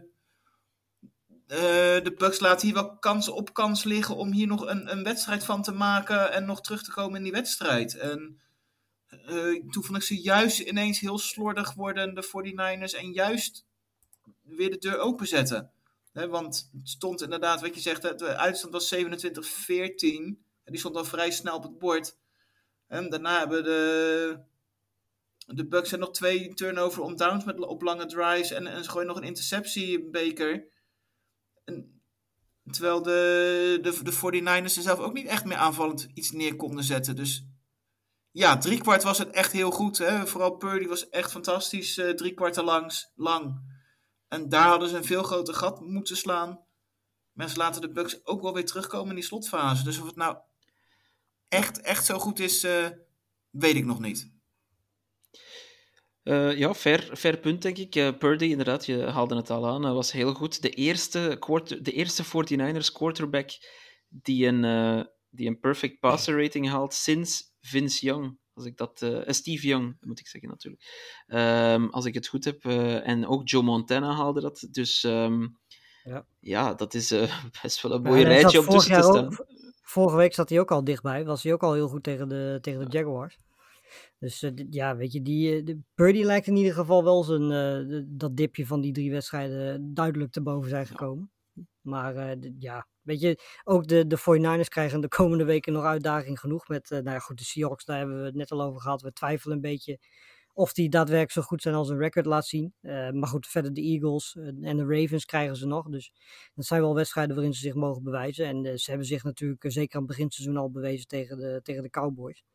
de, de Bucks laten hier wel kans op kans liggen om hier nog een, een wedstrijd van te maken en nog terug te komen in die wedstrijd. En uh, toen vond ik ze juist ineens heel slordig worden, de forty-niners, en juist weer de deur openzetten. He, want het stond inderdaad, wat je zegt, de uitstand was zevenentwintig veertien en die stond al vrij snel op het bord. En daarna hebben de... De Bucks hebben nog twee turnover on downs met, op lange drives. En, en ze gooien nog een interceptie, Baker. En, terwijl de, de, de forty-niners er zelf ook niet echt meer aanvallend iets neer konden zetten. Dus Ja, driekwart was het echt heel goed. Hè? Vooral Purdy was echt fantastisch. Uh, drie kwarten langs, lang. En daar hadden ze een veel groter gat moeten slaan. Mensen laten de Bucks ook wel weer terugkomen in die slotfase. Dus of het nou echt, echt zo goed is, uh, weet ik nog niet. Uh, ja, fair, fair punt, denk ik. Uh, Purdy, inderdaad, je haalde het al aan, uh, was heel goed. De eerste, quarter, de eerste forty-niners quarterback die een, uh, die een perfect passer rating haalt sinds Vince Young. Als ik dat, uh, Steve Young, moet ik zeggen natuurlijk. Um, als ik het goed heb. Uh, en ook Joe Montana haalde dat. Dus um, ja. ja, dat is uh, best wel een mooi ja, rijtje om tussen te staan. Ook, vorige week zat hij ook al dichtbij. Was hij ook al heel goed tegen de, tegen de Jaguars. Dus uh, ja, weet je, die, de Purdy lijkt in ieder geval wel zijn, uh, de, dat dipje van die drie wedstrijden duidelijk te boven zijn gekomen. Ja. Maar uh, de, ja, weet je, ook de, de forty-niners krijgen de komende weken nog uitdaging genoeg met, uh, nou ja, goed, de Seahawks, daar hebben we het net al over gehad. We twijfelen een beetje of die daadwerkelijk zo goed zijn als een record laat zien. Uh, maar goed, verder de Eagles uh, en de Ravens krijgen ze nog. Dus dat zijn wel wedstrijden waarin ze zich mogen bewijzen. En uh, ze hebben zich natuurlijk uh, zeker aan het beginseizoen al bewezen tegen de, tegen de Cowboys.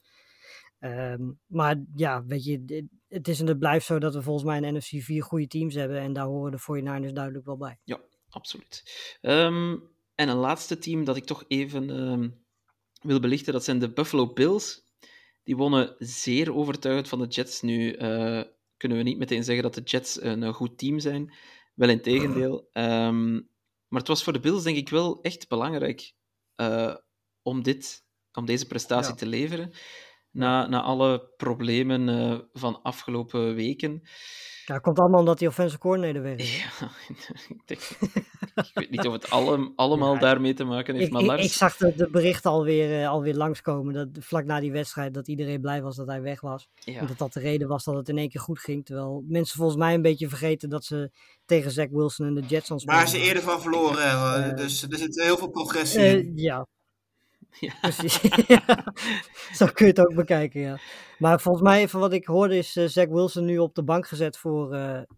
Um, maar ja, weet je, het is en het blijft zo dat we volgens mij in de N F C vier goede teams hebben en daar horen de forty-niners duidelijk wel bij. Ja, absoluut. Um, en een laatste team dat ik toch even um, wil belichten, dat zijn de Buffalo Bills. Die wonnen zeer overtuigend van de Jets. Nu uh, kunnen we niet meteen zeggen dat de Jets een, een goed team zijn. Wel in tegendeel. Um, maar het was voor de Bills denk ik wel echt belangrijk uh, om, dit, om deze prestatie ja. te leveren. Na, na alle problemen uh, van afgelopen weken. Ja, het komt allemaal omdat die offensive coordinator weg is. Ja, ik, denk, ik weet niet of het alle, allemaal ja, daarmee te maken heeft. Ik, maar Lars... ik, ik zag de, de berichten alweer, uh, alweer langskomen. Dat, vlak na die wedstrijd dat iedereen blij was dat hij weg was. Ja. En dat dat de reden was dat het in één keer goed ging. Terwijl mensen volgens mij een beetje vergeten dat ze tegen Zach Wilson en de Jets aan spelen. Waar ze eerder van verloren hebben. Uh, dus er zit heel veel progressie uh, in. Ja. Ja. Precies. Ja. Zo kun je het ook bekijken, ja. Maar volgens mij, van wat ik hoorde, is uh, Zach Wilson nu op de bank gezet voor... Uh, ja,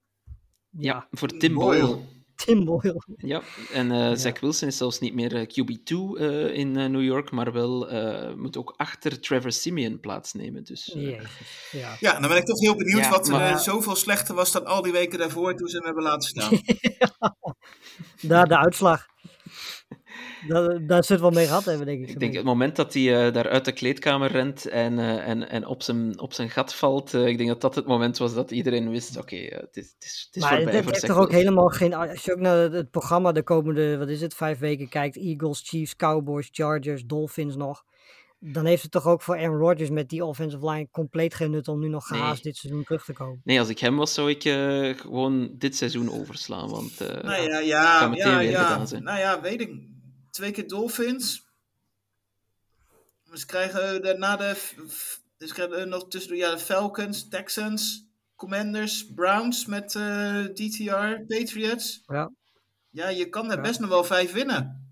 ja, voor Tim Boyle. Boyle. Tim Boyle. Ja, en uh, ja. Zach Wilson is zelfs niet meer uh, Q B twee uh, in uh, New York, maar wel uh, moet ook achter Trevor Siemian plaatsnemen. Dus, uh... Jezus, ja. ja, dan ben ik toch heel benieuwd ja, wat er maar... uh, zoveel slechter was dan al die weken daarvoor toen ze hem hebben laten staan. Ja. Daar de uitslag. Daar, daar zit wel mee gehad hebben, denk ik. Ik denk het moment dat hij uh, daar uit de kleedkamer rent en, uh, en, en op, zijn, op zijn gat valt, uh, ik denk dat dat het moment was dat iedereen wist, oké, okay, uh, het is, het is, het is maar voorbij het voor heeft Zach toch ook Wilson. helemaal geen... Als je ook naar het programma de komende, wat is het, vijf weken kijkt, Eagles, Chiefs, Cowboys, Chargers, Dolphins nog, dan heeft het toch ook voor Aaron Rodgers met die offensive line compleet geen nut om nu nog gehaast nee. dit seizoen terug te komen. Nee, als ik hem was, zou ik uh, gewoon dit seizoen overslaan, want uh, nou ja, ja, kan meteen ja, weer ja. gedaan zijn. Nou ja, weet ik. Twee keer Dolphins. Ze krijgen daarna de... Ze krijgen nog tussendoor ja, de Falcons, Texans, Commanders, Browns met uh, D T R, Patriots. Ja. Ja, je kan er ja. best nog wel vijf winnen.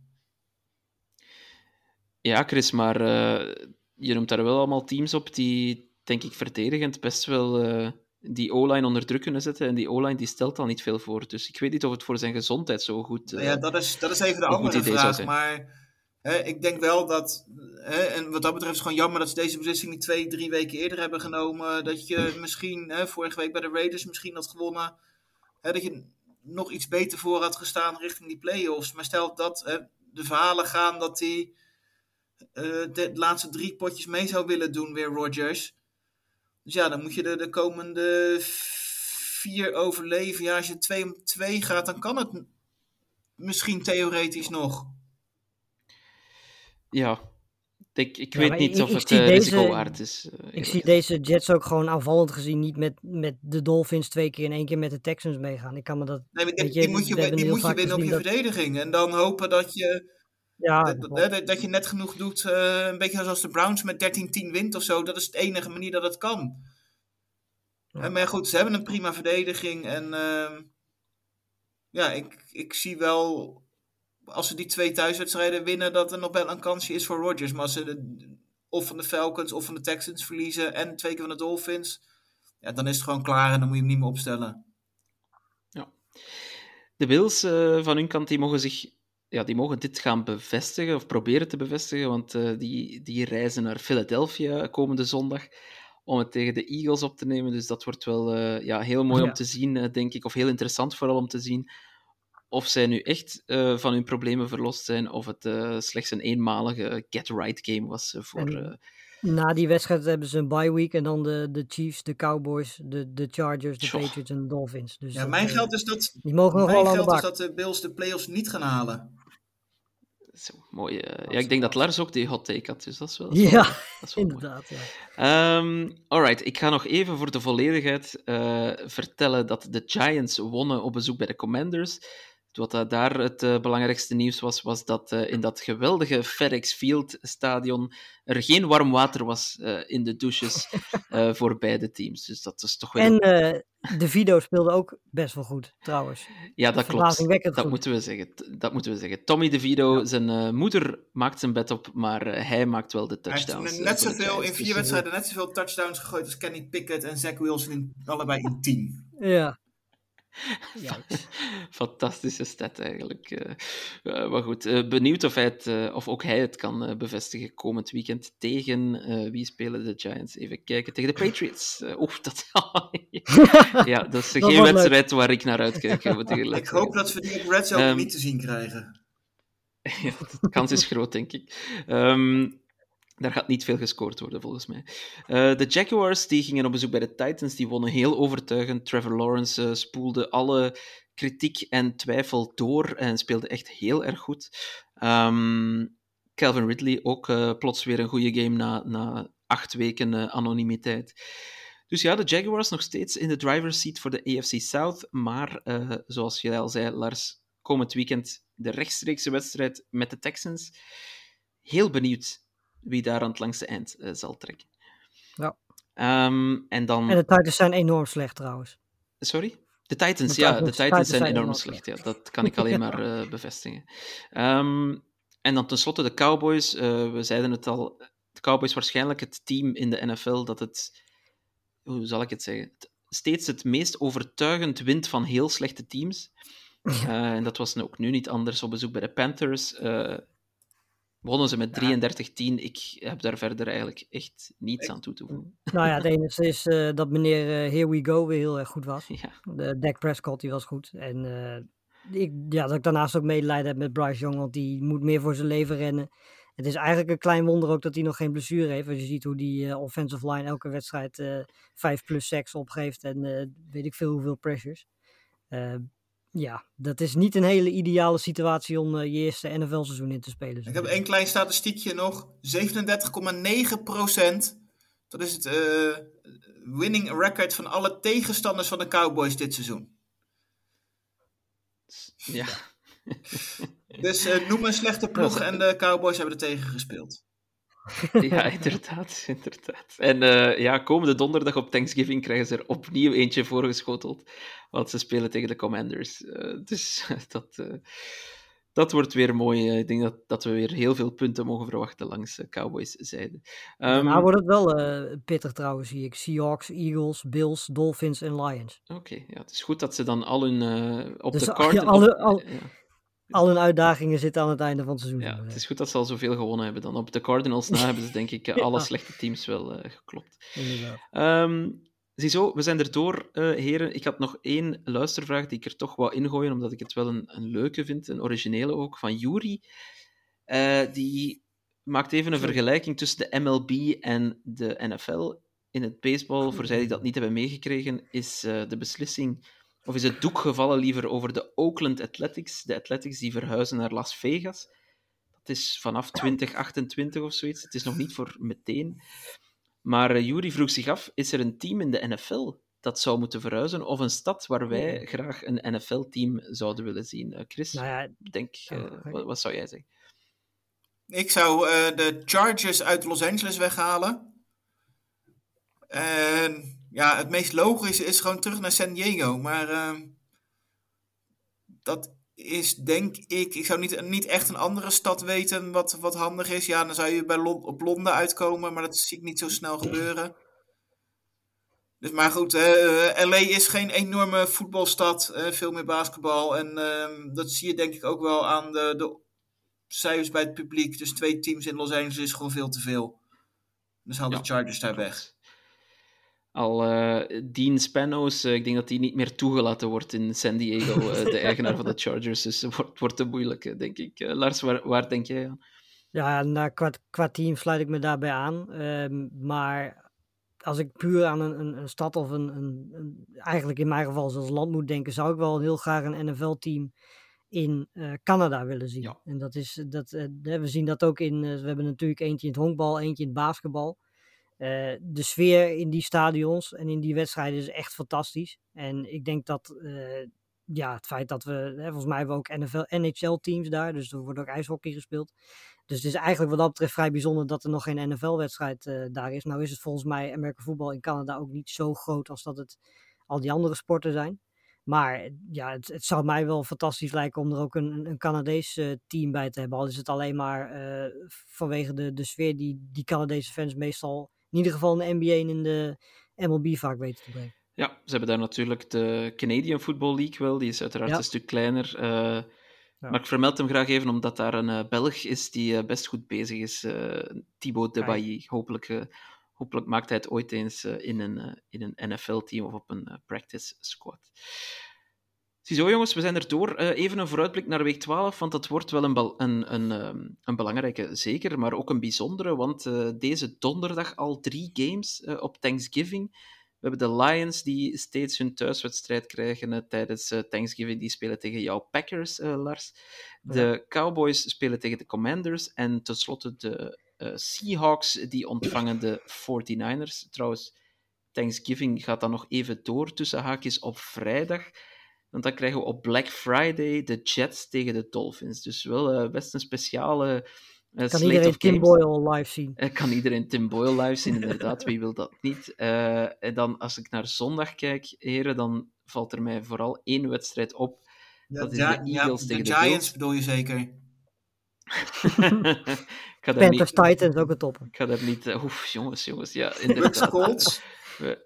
Ja, Chris, maar uh, je noemt daar wel allemaal teams op die, denk ik, verdedigend best wel uh, die O-line onder druk kunnen zetten. En die O-line die stelt al niet veel voor. Dus ik weet niet of het voor zijn gezondheid zo goed uh, ja, dat is, dat is even de andere vraag. Maar hè, ik denk wel dat... Hè, en wat dat betreft is het gewoon jammer dat ze deze beslissing niet twee, drie weken eerder hebben genomen. Dat je misschien, hè, vorige week bij de Raiders misschien had gewonnen. Hè, dat je nog iets beter voor had gestaan richting die play-offs. Maar stel dat hè, de verhalen gaan dat hij uh, de, de laatste drie potjes mee zou willen doen, weer Rodgers. Dus ja, dan moet je de, de komende vier overleven. Ja, als je twee om twee gaat, dan kan het misschien theoretisch nog. Ja, ik, ik ja, weet niet ik, of ik het uh, deze, risicowaard is. Uh, ik zie deze Jets ook gewoon aanvallend gezien niet met, met de Dolphins twee keer en één keer met de Texans meegaan. Ik kan me dat... Nee, maar die, je, die moet je, die moet je winnen op je dat... verdediging. En dan hopen dat je... Ja, dat, dat, dat je net genoeg doet, uh, een beetje zoals de Browns met dertien tien wint of zo. Dat is de enige manier dat het kan. Ja. En, maar goed, ze hebben een prima verdediging. En uh, ja, ik, ik zie wel, als ze die twee thuiswedstrijden winnen, dat er nog wel een kansje is voor Rodgers. Maar als ze de, of van de Falcons of van de Texans verliezen en twee keer van de Dolphins, ja, dan is het gewoon klaar en dan moet je hem niet meer opstellen. Ja. De Bills uh, van hun kant, die mogen zich ja, die mogen dit gaan bevestigen, of proberen te bevestigen, want uh, die, die reizen naar Philadelphia komende zondag om het tegen de Eagles op te nemen. Dus dat wordt wel uh, ja, heel mooi ja. om te zien, uh, denk ik, of heel interessant vooral om te zien of zij nu echt uh, van hun problemen verlost zijn, of het uh, slechts een eenmalige get-right game was uh, voor... Uh, Na die wedstrijd hebben ze een bye week en dan de, de Chiefs, de Cowboys, de, de Chargers, de Tjoh. Patriots en de Dolphins. Dus ja, dat, mijn uh, geld is dat, die mogen nog mijn wel geld aan is de bak. dat de Bills de playoffs niet gaan halen. Zo, mooi. Uh, ja, ik denk dat Lars ook die hot take had, dus dat is wel... Dat is ja, wel, dat is wel inderdaad. Ja. Um, alright, ik ga nog even voor de volledigheid uh, vertellen dat de Giants wonnen op bezoek bij de Commanders. Wat uh, daar het uh, belangrijkste nieuws was, was dat uh, in dat geweldige FedEx Field stadion er geen warm water was uh, in de douches uh, voor beide teams. Dus dat is toch wel... En uh, de Vito speelde ook best wel goed, trouwens. Ja, dat klopt. Dat goed. moeten we zeggen. Dat moeten we zeggen. Tommy DeVito, ja. zijn uh, moeder maakt zijn bed op, maar uh, hij maakt wel de touchdowns. Hij heeft net zoveel, in vier wedstrijden net zoveel touchdowns gegooid als Kenny Pickett en Zach Wilson in, allebei in tien. Ja. Fantastische stat eigenlijk. Uh, uh, maar goed, uh, benieuwd of, hij het, uh, of ook hij het kan uh, bevestigen komend weekend tegen uh, wie spelen de Giants? Even kijken, tegen de Patriots. Uh, Oef, dat... ja, dat is geen dat wedstrijd leuk. Waar ik naar uitkijk. Ik hoop dat we die op Red Zone um, niet te zien krijgen. Ja, de kans is groot, denk ik. Um, Daar gaat niet veel gescoord worden, volgens mij. Uh, de Jaguars die gingen op bezoek bij de Titans. Die wonnen heel overtuigend. Trevor Lawrence uh, spoelde alle kritiek en twijfel door en speelde echt heel erg goed. Um, Calvin Ridley ook uh, plots weer een goede game na, na acht weken uh, anonimiteit. Dus ja, de Jaguars nog steeds in de driver's seat voor de A F C South. Maar, uh, zoals je al zei, Lars, komend weekend de rechtstreekse wedstrijd met de Texans. Heel benieuwd wie daar aan het langste eind uh, zal trekken. Ja. Um, en, dan... en de Titans zijn enorm slecht trouwens. Sorry? De Titans, de ja. Titans, de Titans, Titans zijn, zijn enorm slecht. slecht. Ja. Dat kan ik alleen ja. maar uh, bevestigen. Um, en dan tenslotte de Cowboys. Uh, we zeiden het al. De Cowboys waarschijnlijk het team in de N F L dat het... Hoe zal ik het zeggen? Het, steeds het meest overtuigend wint van heel slechte teams. Uh, en dat was ook nu niet anders op bezoek bij de Panthers. Uh, wonnen ze met drieëndertig tien. Ik heb daar verder eigenlijk echt niets aan toe te voegen. Nou ja, het enige is uh, dat meneer uh, Here We Go weer heel erg goed was. Ja. De Dak Prescott, die was goed. En uh, ik, ja, dat ik daarnaast ook medelijden heb met Bryce Young, want die moet meer voor zijn leven rennen. Het is eigenlijk een klein wonder ook dat hij nog geen blessure heeft. Als je ziet hoe die uh, offensive line elke wedstrijd uh, vijf plus sacks opgeeft en uh, weet ik veel hoeveel pressures. Uh, Ja, dat is niet een hele ideale situatie om uh, je eerste N F L-seizoen in te spelen. Ik heb één klein statistiekje nog. zevenendertig komma negen procent. Dat is het uh, winning record van alle tegenstanders van de Cowboys dit seizoen. Ja. Dus uh, noem een slechte ploeg en de Cowboys hebben er tegen gespeeld. Ja, inderdaad, inderdaad. En uh, ja, komende donderdag op Thanksgiving krijgen ze er opnieuw eentje voorgeschoteld, want ze spelen tegen de Commanders. Uh, dus dat, uh, dat wordt weer mooi. Ik denk dat, dat we weer heel veel punten mogen verwachten langs uh, Cowboys zijde. Um, Daarna wordt het wel uh, pittig trouwens, zie ik. Seahawks, Eagles, Bills, Dolphins en Lions. Oké, okay, ja, het is goed dat ze dan al hun uh, op dus de kaart... Ja, alle, op, al, ja. Al hun uitdagingen zitten aan het einde van het seizoen. Ja, het is goed dat ze al zoveel gewonnen hebben. Dan op de Cardinals na hebben ze denk ik ja. alle slechte teams wel uh, geklopt. Um, ziezo, we zijn er door, uh, heren. Ik had nog één luistervraag die ik er toch wou ingooien, omdat ik het wel een, een leuke vind, een originele ook, van Yuri. Uh, die maakt even een vergelijking tussen de M L B en de N F L. In het baseball, voor zij die dat niet hebben meegekregen, is uh, de beslissing... Of is het doek gevallen liever over de Oakland Athletics? De Athletics die verhuizen naar Las Vegas. Dat is vanaf twintig achtentwintig of zoiets. Het is nog niet voor meteen. Maar uh, Yuri vroeg zich af, is er een team in de N F L dat zou moeten verhuizen? Of een stad waar wij graag een N F L-team zouden willen zien? Uh, Chris, nou ja, denk, uh, wat, wat zou jij zeggen? Ik zou uh, de Chargers uit Los Angeles weghalen. En... Uh, Ja, het meest logische is gewoon terug naar San Diego. Maar uh, dat is denk ik... Ik zou niet, niet echt een andere stad weten wat, wat handig is. Ja, dan zou je bij Lon- op Londen uitkomen. Maar dat zie ik niet zo snel gebeuren. Dus, maar goed, uh, L A is geen enorme voetbalstad. Uh, veel meer basketbal. En uh, dat zie je denk ik ook wel aan de, de cijfers bij het publiek. Dus twee teams in Los Angeles is gewoon veel te veel. Dus haal de ja, Chargers daar klopt. weg. Al uh, Dean Spanos, uh, ik denk dat die niet meer toegelaten wordt in San Diego, uh, de eigenaar van de Chargers. Dus het wordt, wordt te moeilijk, denk ik. Uh, Lars, waar, waar denk jij aan? Ja, nou, qua, qua team sluit ik me daarbij aan. Uh, maar als ik puur aan een, een, een stad of een, een, een... eigenlijk in mijn geval zoals land moet denken, zou ik wel heel graag een N F L-team in uh, Canada willen zien. Ja. En dat is, dat, uh, we zien dat ook in... Uh, we hebben natuurlijk eentje in het honkbal, eentje in het basketbal. Uh, de sfeer in die stadions en in die wedstrijden is echt fantastisch. En ik denk dat uh, ja, het feit dat we, hè, volgens mij hebben we ook N F L, N H L-teams daar, dus er wordt ook ijshockey gespeeld. Dus het is eigenlijk wat dat betreft vrij bijzonder dat er nog geen N F L-wedstrijd uh, daar is. Nou is het volgens mij American voetbal in Canada ook niet zo groot als dat het al die andere sporten zijn. Maar ja, het, het zou mij wel fantastisch lijken om er ook een, een Canadees uh, team bij te hebben. Al is het alleen maar uh, vanwege de, de sfeer die die Canadese fans meestal in ieder geval in de N B A en in de M L B vaak weten te brengen. Ja, ze hebben daar natuurlijk de Canadian Football League wel. Die is uiteraard ja. een stuk kleiner. Uh, ja. Maar ik vermeld hem graag even, omdat daar een uh, Belg is die uh, best goed bezig is. Uh, Thibaut Debailly. Hopelijk, uh, hopelijk maakt hij het ooit eens uh, in een, uh, in een N F L-team of op een uh, practice squad. Ziezo jongens, we zijn er door. Uh, even een vooruitblik naar week twaalf, want dat wordt wel een, be- een, een, um, een belangrijke, zeker, maar ook een bijzondere, want uh, deze donderdag al drie games uh, op Thanksgiving. We hebben de Lions die steeds hun thuiswedstrijd krijgen uh, tijdens uh, Thanksgiving. Die spelen tegen jouw Packers, uh, Lars. De ja. Cowboys spelen tegen de Commanders. En tenslotte de uh, Seahawks, die ontvangen de forty-niners. Trouwens, Thanksgiving gaat dan nog even door tussen haakjes op vrijdag. Want dan krijgen we op Black Friday de Jets tegen de Dolphins. Dus wel uh, best een speciale uh, kan iedereen Tim Boyle live zien? Uh, kan iedereen Tim Boyle live zien, inderdaad. Wie wil dat niet? Uh, en dan, als ik naar zondag kijk, heren, dan valt er mij vooral één wedstrijd op. Ja, dat is ja, de Eagles ja, tegen de de Giants Bills. bedoel je zeker? Panthers Titans ook een topper. Ik ga daar niet... Uh, oef, jongens, jongens. Ja, inderdaad. Colts. We,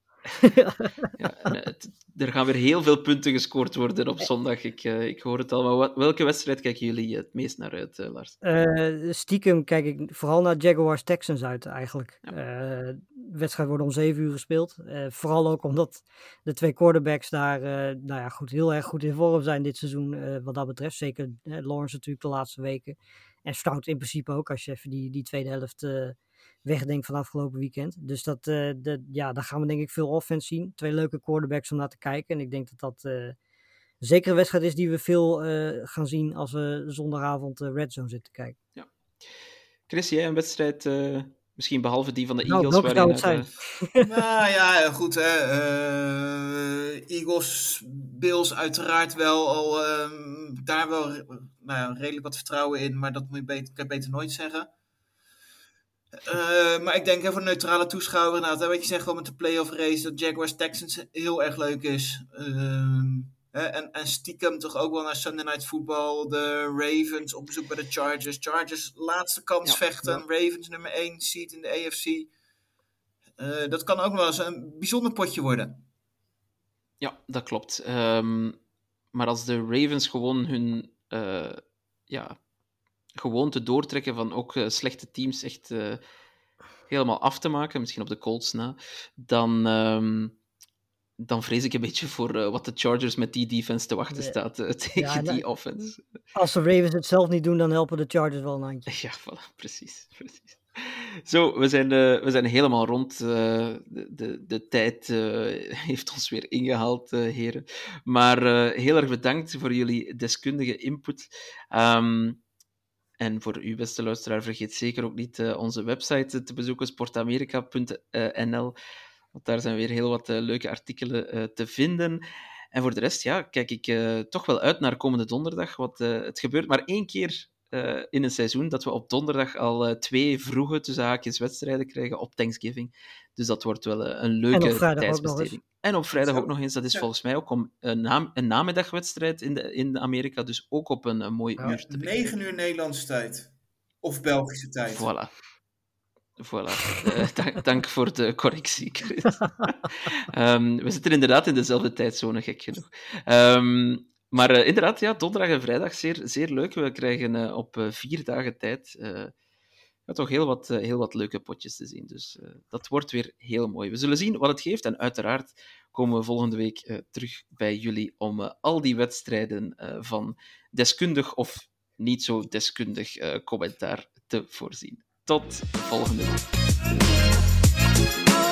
ja, en het, er gaan weer heel veel punten gescoord worden op zondag. Ik, uh, ik hoor het al. Maar wat, welke wedstrijd kijken jullie het meest naar uit, uh, Lars? Uh, stiekem kijk ik vooral naar Jaguars Texans uit, eigenlijk. Ja. Uh, de wedstrijd wordt om zeven uur gespeeld. Uh, vooral ook omdat de twee quarterbacks daar uh, nou ja, goed, heel erg goed in vorm zijn dit seizoen. Uh, wat dat betreft. Zeker uh, Lawrence natuurlijk de laatste weken. En Stroud in principe ook, als je even die, die tweede helft... Uh, wegdenkt van afgelopen weekend. Dus dat, uh, de, ja, daar gaan we denk ik veel offense zien. Twee leuke quarterbacks om naar te kijken. En ik denk dat dat uh, zeker een wedstrijd is die we veel uh, gaan zien als we zondagavond uh, Red Zone zitten kijken. Ja. Chris, jij een wedstrijd, uh, misschien behalve die van de nou, Eagles? Welke zou het zijn? Uh... nou ja, goed. Hè. Uh, Eagles, Bills uiteraard wel al uh, daar wel nou ja, redelijk wat vertrouwen in. Maar dat moet je beter, kan je beter nooit zeggen. Uh, maar ik denk even een neutrale toeschouwer inderdaad. Wat je zegt gewoon met de playoff race, dat Jaguars Texans heel erg leuk is. Uh, hè, en, en stiekem toch ook wel naar Sunday Night Football. De Ravens op bezoek bij de Chargers. Chargers laatste kans ja, vechten. Ja. Ravens nummer één seed in de A F C. Uh, dat kan ook wel eens een bijzonder potje worden. Ja, dat klopt. Um, maar als de Ravens gewoon hun... Uh, ja... gewoonte doortrekken van ook uh, slechte teams echt uh, helemaal af te maken, misschien op de Colts na, dan, um, dan vrees ik een beetje voor uh, wat de Chargers met die defense te wachten nee. staat uh, tegen ja, die dan, offense. Als de Ravens het zelf niet doen, dan helpen de Chargers wel een handje. Ja, voilà, precies. precies. Zo, we zijn, uh, we zijn helemaal rond. Uh, de, de, de tijd uh, heeft ons weer ingehaald, uh, heren. Maar uh, heel erg bedankt voor jullie deskundige input. Um, En voor u, beste luisteraar, vergeet zeker ook niet uh, onze website te bezoeken, sportamerika punt n l. Want daar zijn weer heel wat uh, leuke artikelen uh, te vinden. En voor de rest, ja, kijk ik uh, toch wel uit naar komende donderdag. Want uh, het gebeurt maar één keer uh, in een seizoen dat we op donderdag al uh, twee vroege tussen haakjes wedstrijden krijgen op Thanksgiving. Dus dat wordt wel uh, een leuke tijdsbesteding. En op vrijdag ook nog eens. Dat is ja. volgens mij ook om een, na- een namiddagwedstrijd in, de, in Amerika. Dus ook op een, een mooi ja, uur te beginnen. negen uur Nederlandse tijd. Of Belgische tijd. Voilà. Voilà. Uh, dank, dank voor de correctie, Chris. um, we zitten inderdaad in dezelfde tijdzone, gek genoeg. Um, maar uh, inderdaad, ja, donderdag en vrijdag, zeer, zeer leuk. We krijgen uh, op uh, vier dagen tijd uh, ja, toch heel wat, uh, heel wat leuke potjes te zien. Dus uh, dat wordt weer heel mooi. We zullen zien wat het geeft. En uiteraard komen we volgende week uh, terug bij jullie om uh, al die wedstrijden uh, van deskundig of niet zo deskundig uh, commentaar te voorzien. Tot volgende week.